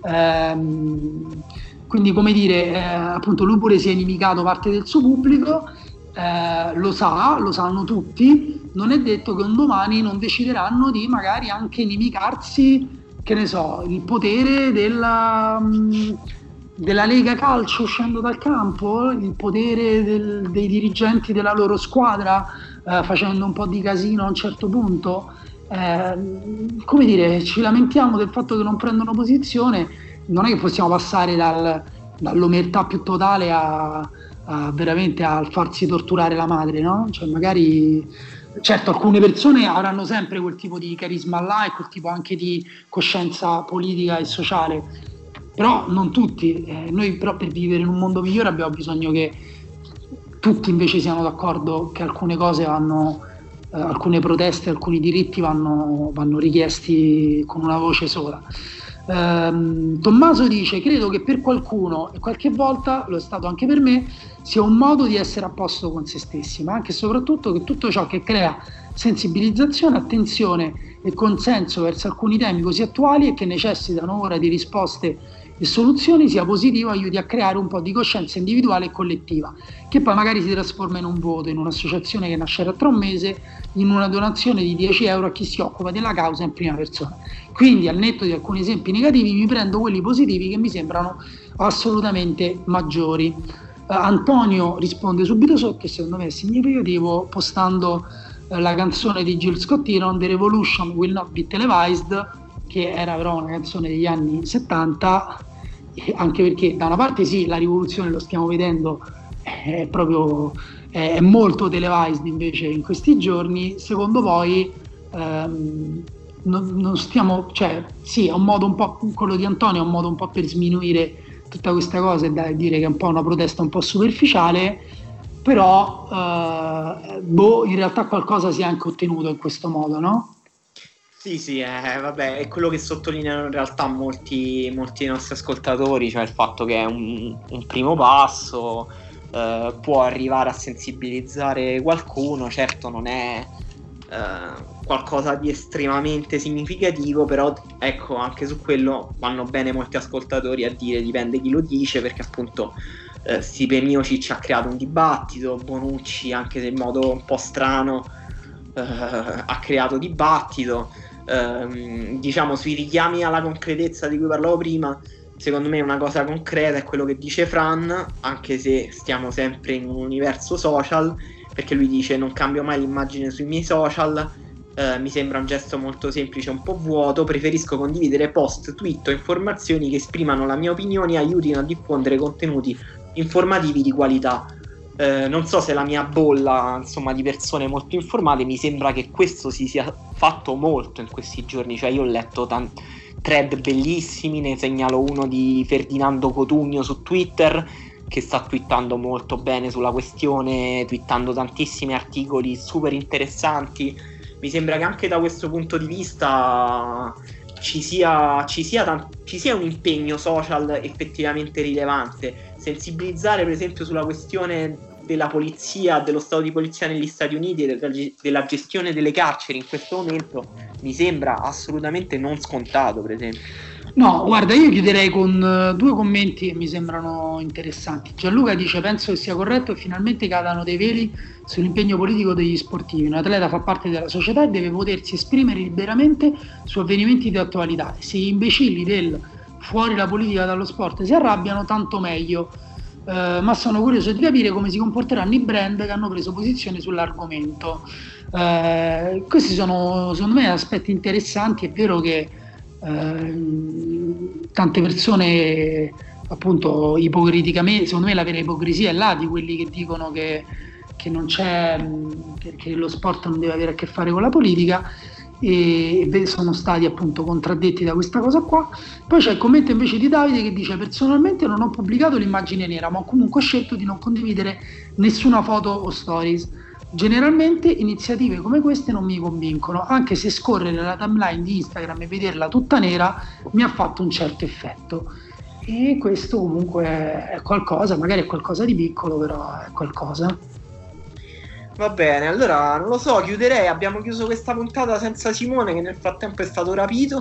Speaker 3: Quindi, come dire, appunto lui pure si è inimicato parte del suo pubblico, lo sanno tutti. Non è detto che un domani non decideranno di magari anche inimicarsi, che ne so, il potere della Lega Calcio uscendo dal campo, il potere dei dirigenti della loro squadra facendo un po' di casino a un certo punto. Come dire, ci lamentiamo del fatto che non prendono posizione, non è che possiamo passare dall'omertà più totale a veramente al farsi torturare la madre, no? Cioè magari, certo, alcune persone avranno sempre quel tipo di carisma là e quel tipo anche di coscienza politica e sociale, però non tutti. Noi però per vivere in un mondo migliore abbiamo bisogno che tutti invece siano d'accordo che alcune cose alcune proteste, alcuni diritti vanno richiesti con una voce sola. Tommaso dice: credo che per qualcuno, e qualche volta lo è stato anche per me, sia un modo di essere a posto con se stessi, ma anche e soprattutto che tutto ciò che crea sensibilizzazione, attenzione e consenso verso alcuni temi così attuali e che necessitano ora di risposte e soluzioni sia positivo, aiuti a creare un po' di coscienza individuale e collettiva, che poi magari si trasforma in un voto, in un'associazione che nascerà tra un mese, in una donazione di 10 euro a chi si occupa della causa in prima persona. Quindi, al netto di alcuni esempi negativi, mi prendo quelli positivi che mi sembrano assolutamente maggiori. Antonio risponde subito sotto, che secondo me è significativo, postando la canzone di Jill Scott Heron, The Revolution Will Not Be Televised, che era però una canzone degli anni 70, anche perché da una parte sì, la rivoluzione, lo stiamo vedendo, è molto televised invece in questi giorni. Secondo voi non stiamo, cioè sì, è un modo un po', quello di Antonio è un modo un po' per sminuire tutta questa cosa e da dire che è un po' una protesta un po' superficiale, però in realtà qualcosa si è anche ottenuto in questo modo, no?
Speaker 4: Sì, vabbè, è quello che sottolineano in realtà molti dei nostri ascoltatori, cioè il fatto che è un primo passo, può arrivare a sensibilizzare qualcuno. Certo non è qualcosa di estremamente significativo, però ecco, anche su quello vanno bene molti ascoltatori a dire dipende chi lo dice, perché appunto Stipe Miocic ha creato un dibattito, Bonucci, anche se in modo un po' strano, ha creato dibattito. Diciamo, sui richiami alla concretezza di cui parlavo prima, secondo me una cosa concreta è quello che dice Fran, anche se stiamo sempre in un universo social, perché lui dice: non cambio mai l'immagine sui miei social, mi sembra un gesto molto semplice, un po' vuoto, preferisco condividere post, tweet o informazioni che esprimano la mia opinione e aiutino a diffondere contenuti informativi di qualità. Non so se la mia bolla, insomma, di persone molto informate, mi sembra che questo si sia fatto molto in questi giorni. Cioè io ho letto thread bellissimi, ne segnalo uno di Ferdinando Cotugno su Twitter, che sta twittando molto bene sulla questione, twittando tantissimi articoli super interessanti. Mi sembra che anche da questo punto di vista ci sia un impegno social effettivamente rilevante. Sensibilizzare per esempio sulla questione della polizia, dello stato di polizia negli Stati Uniti e della gestione delle carceri in questo momento mi sembra assolutamente non scontato, per esempio.
Speaker 3: No, guarda, io chiuderei con due commenti che mi sembrano interessanti. Gianluca dice: penso che sia corretto che finalmente cadano dei veli sull'impegno politico degli sportivi. Un atleta fa parte della società e deve potersi esprimere liberamente su avvenimenti di attualità. Se gli imbecilli del fuori la politica dallo sport si arrabbiano, tanto meglio. Ma sono curioso di capire come si comporteranno i brand che hanno preso posizione sull'argomento. Questi sono, secondo me, aspetti interessanti. È vero che tante persone, appunto, ipocriticamente, secondo me la vera ipocrisia è là di quelli che dicono che non c'è, che lo sport non deve avere a che fare con la politica, e sono stati appunto contraddetti da questa cosa qua. Poi c'è il commento invece di Davide che dice: personalmente non ho pubblicato l'immagine nera, ma ho comunque scelto di non condividere nessuna foto o stories. Generalmente iniziative come queste non mi convincono, anche se scorrere la timeline di Instagram e vederla tutta nera mi ha fatto un certo effetto. E questo comunque è qualcosa, magari è qualcosa di piccolo, però è qualcosa.
Speaker 4: Va bene, allora non lo so, chiuderei. Abbiamo chiuso questa puntata senza Simone, che nel frattempo è stato rapito.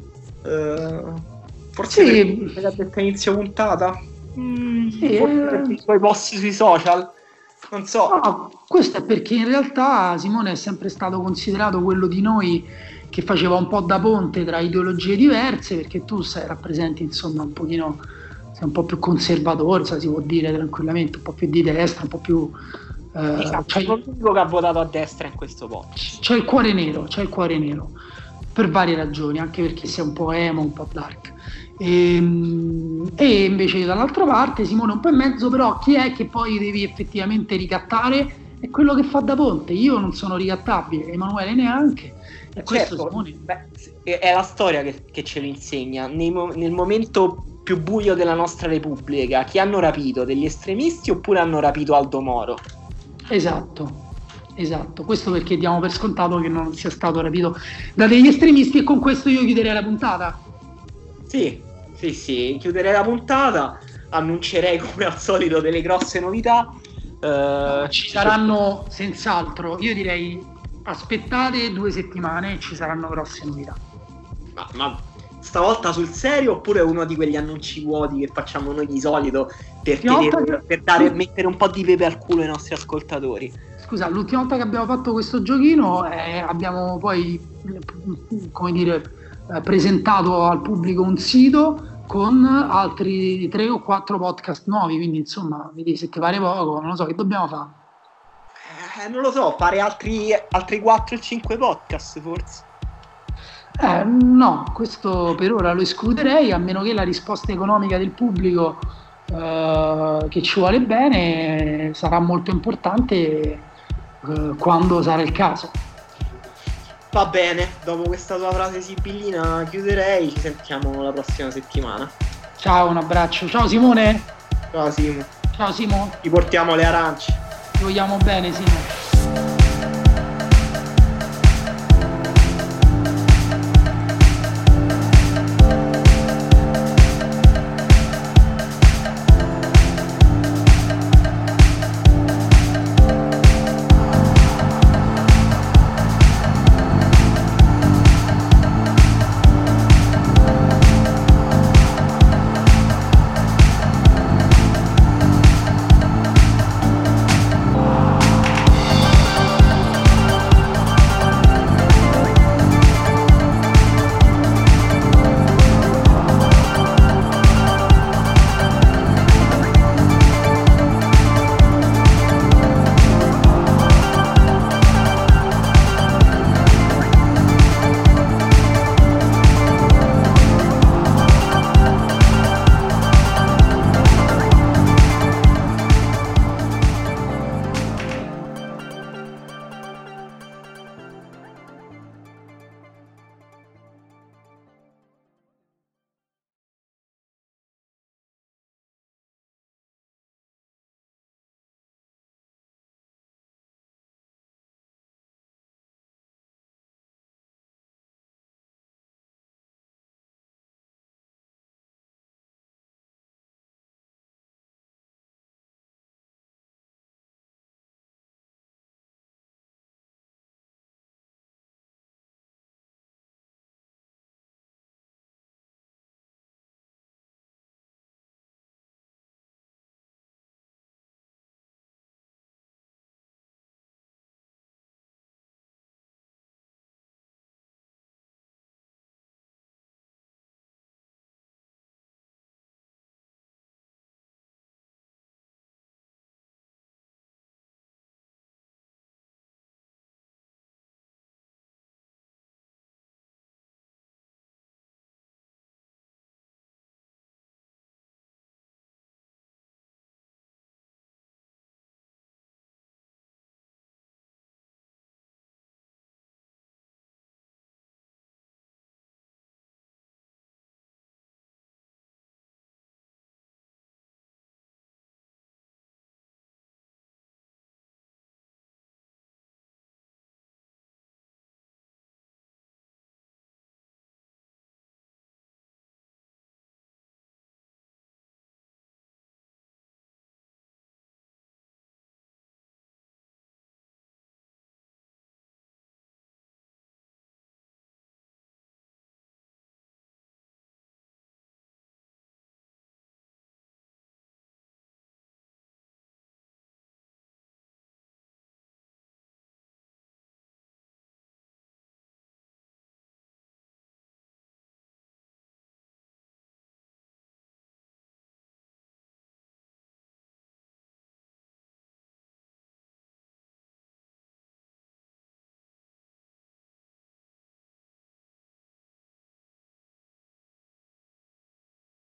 Speaker 4: Forse
Speaker 3: sì,
Speaker 4: l'ha detto inizio puntata.
Speaker 3: Sì,
Speaker 4: forse per i suoi post sui social. Non so.
Speaker 3: No, questo è perché in realtà Simone è sempre stato considerato quello di noi che faceva un po' da ponte tra ideologie diverse, perché tu rappresenti, insomma, un pochino, sei un po' più conservatore, si può dire tranquillamente, un po' più di destra, un po' più
Speaker 4: esatto, l'unico che ha votato a destra in questo podcast.
Speaker 3: C'è il cuore nero per varie ragioni, anche perché sei un po' emo, un po' dark. E invece dall'altra parte Simone un po' in mezzo, però chi è che poi devi effettivamente ricattare? È quello che fa da ponte. Io non sono ricattabile, Emanuele neanche, e questo,
Speaker 4: certo,
Speaker 3: Simone,
Speaker 4: è la storia che ce lo insegna. Nel momento più buio della nostra Repubblica, chi hanno rapito? Degli estremisti oppure hanno rapito Aldo Moro?
Speaker 3: Esatto, questo perché diamo per scontato che non sia stato rapito da degli estremisti. E con questo io chiuderei la puntata.
Speaker 4: Sì, chiuderei la puntata, annuncerei come al solito delle grosse novità.
Speaker 3: Ci saranno senz'altro, io direi aspettate 2 settimane e ci saranno grosse novità.
Speaker 4: Ma stavolta sul serio oppure uno di quegli annunci vuoti che facciamo noi di solito per mettere un po' di pepe al culo ai nostri ascoltatori?
Speaker 3: Scusa, l'ultima volta che abbiamo fatto questo giochino abbiamo poi, come dire, presentato al pubblico un sito con altri 3 o 4 podcast nuovi, quindi insomma, vedi, se ti pare poco, non lo so, che dobbiamo fare?
Speaker 4: Non lo so, fare altri 4 o 5 podcast forse?
Speaker 3: No, questo per ora lo escluderei, a meno che la risposta economica del pubblico, che ci vuole bene, sarà molto importante quando sarà il caso.
Speaker 4: Va bene, dopo questa tua frase sibillina chiuderei, ci sentiamo la prossima settimana.
Speaker 3: Ciao, un abbraccio. Ciao Simone.
Speaker 4: Ciao Simo.
Speaker 3: Ciao Simo.
Speaker 4: Ti portiamo le arance.
Speaker 3: Ti vogliamo bene, Simo.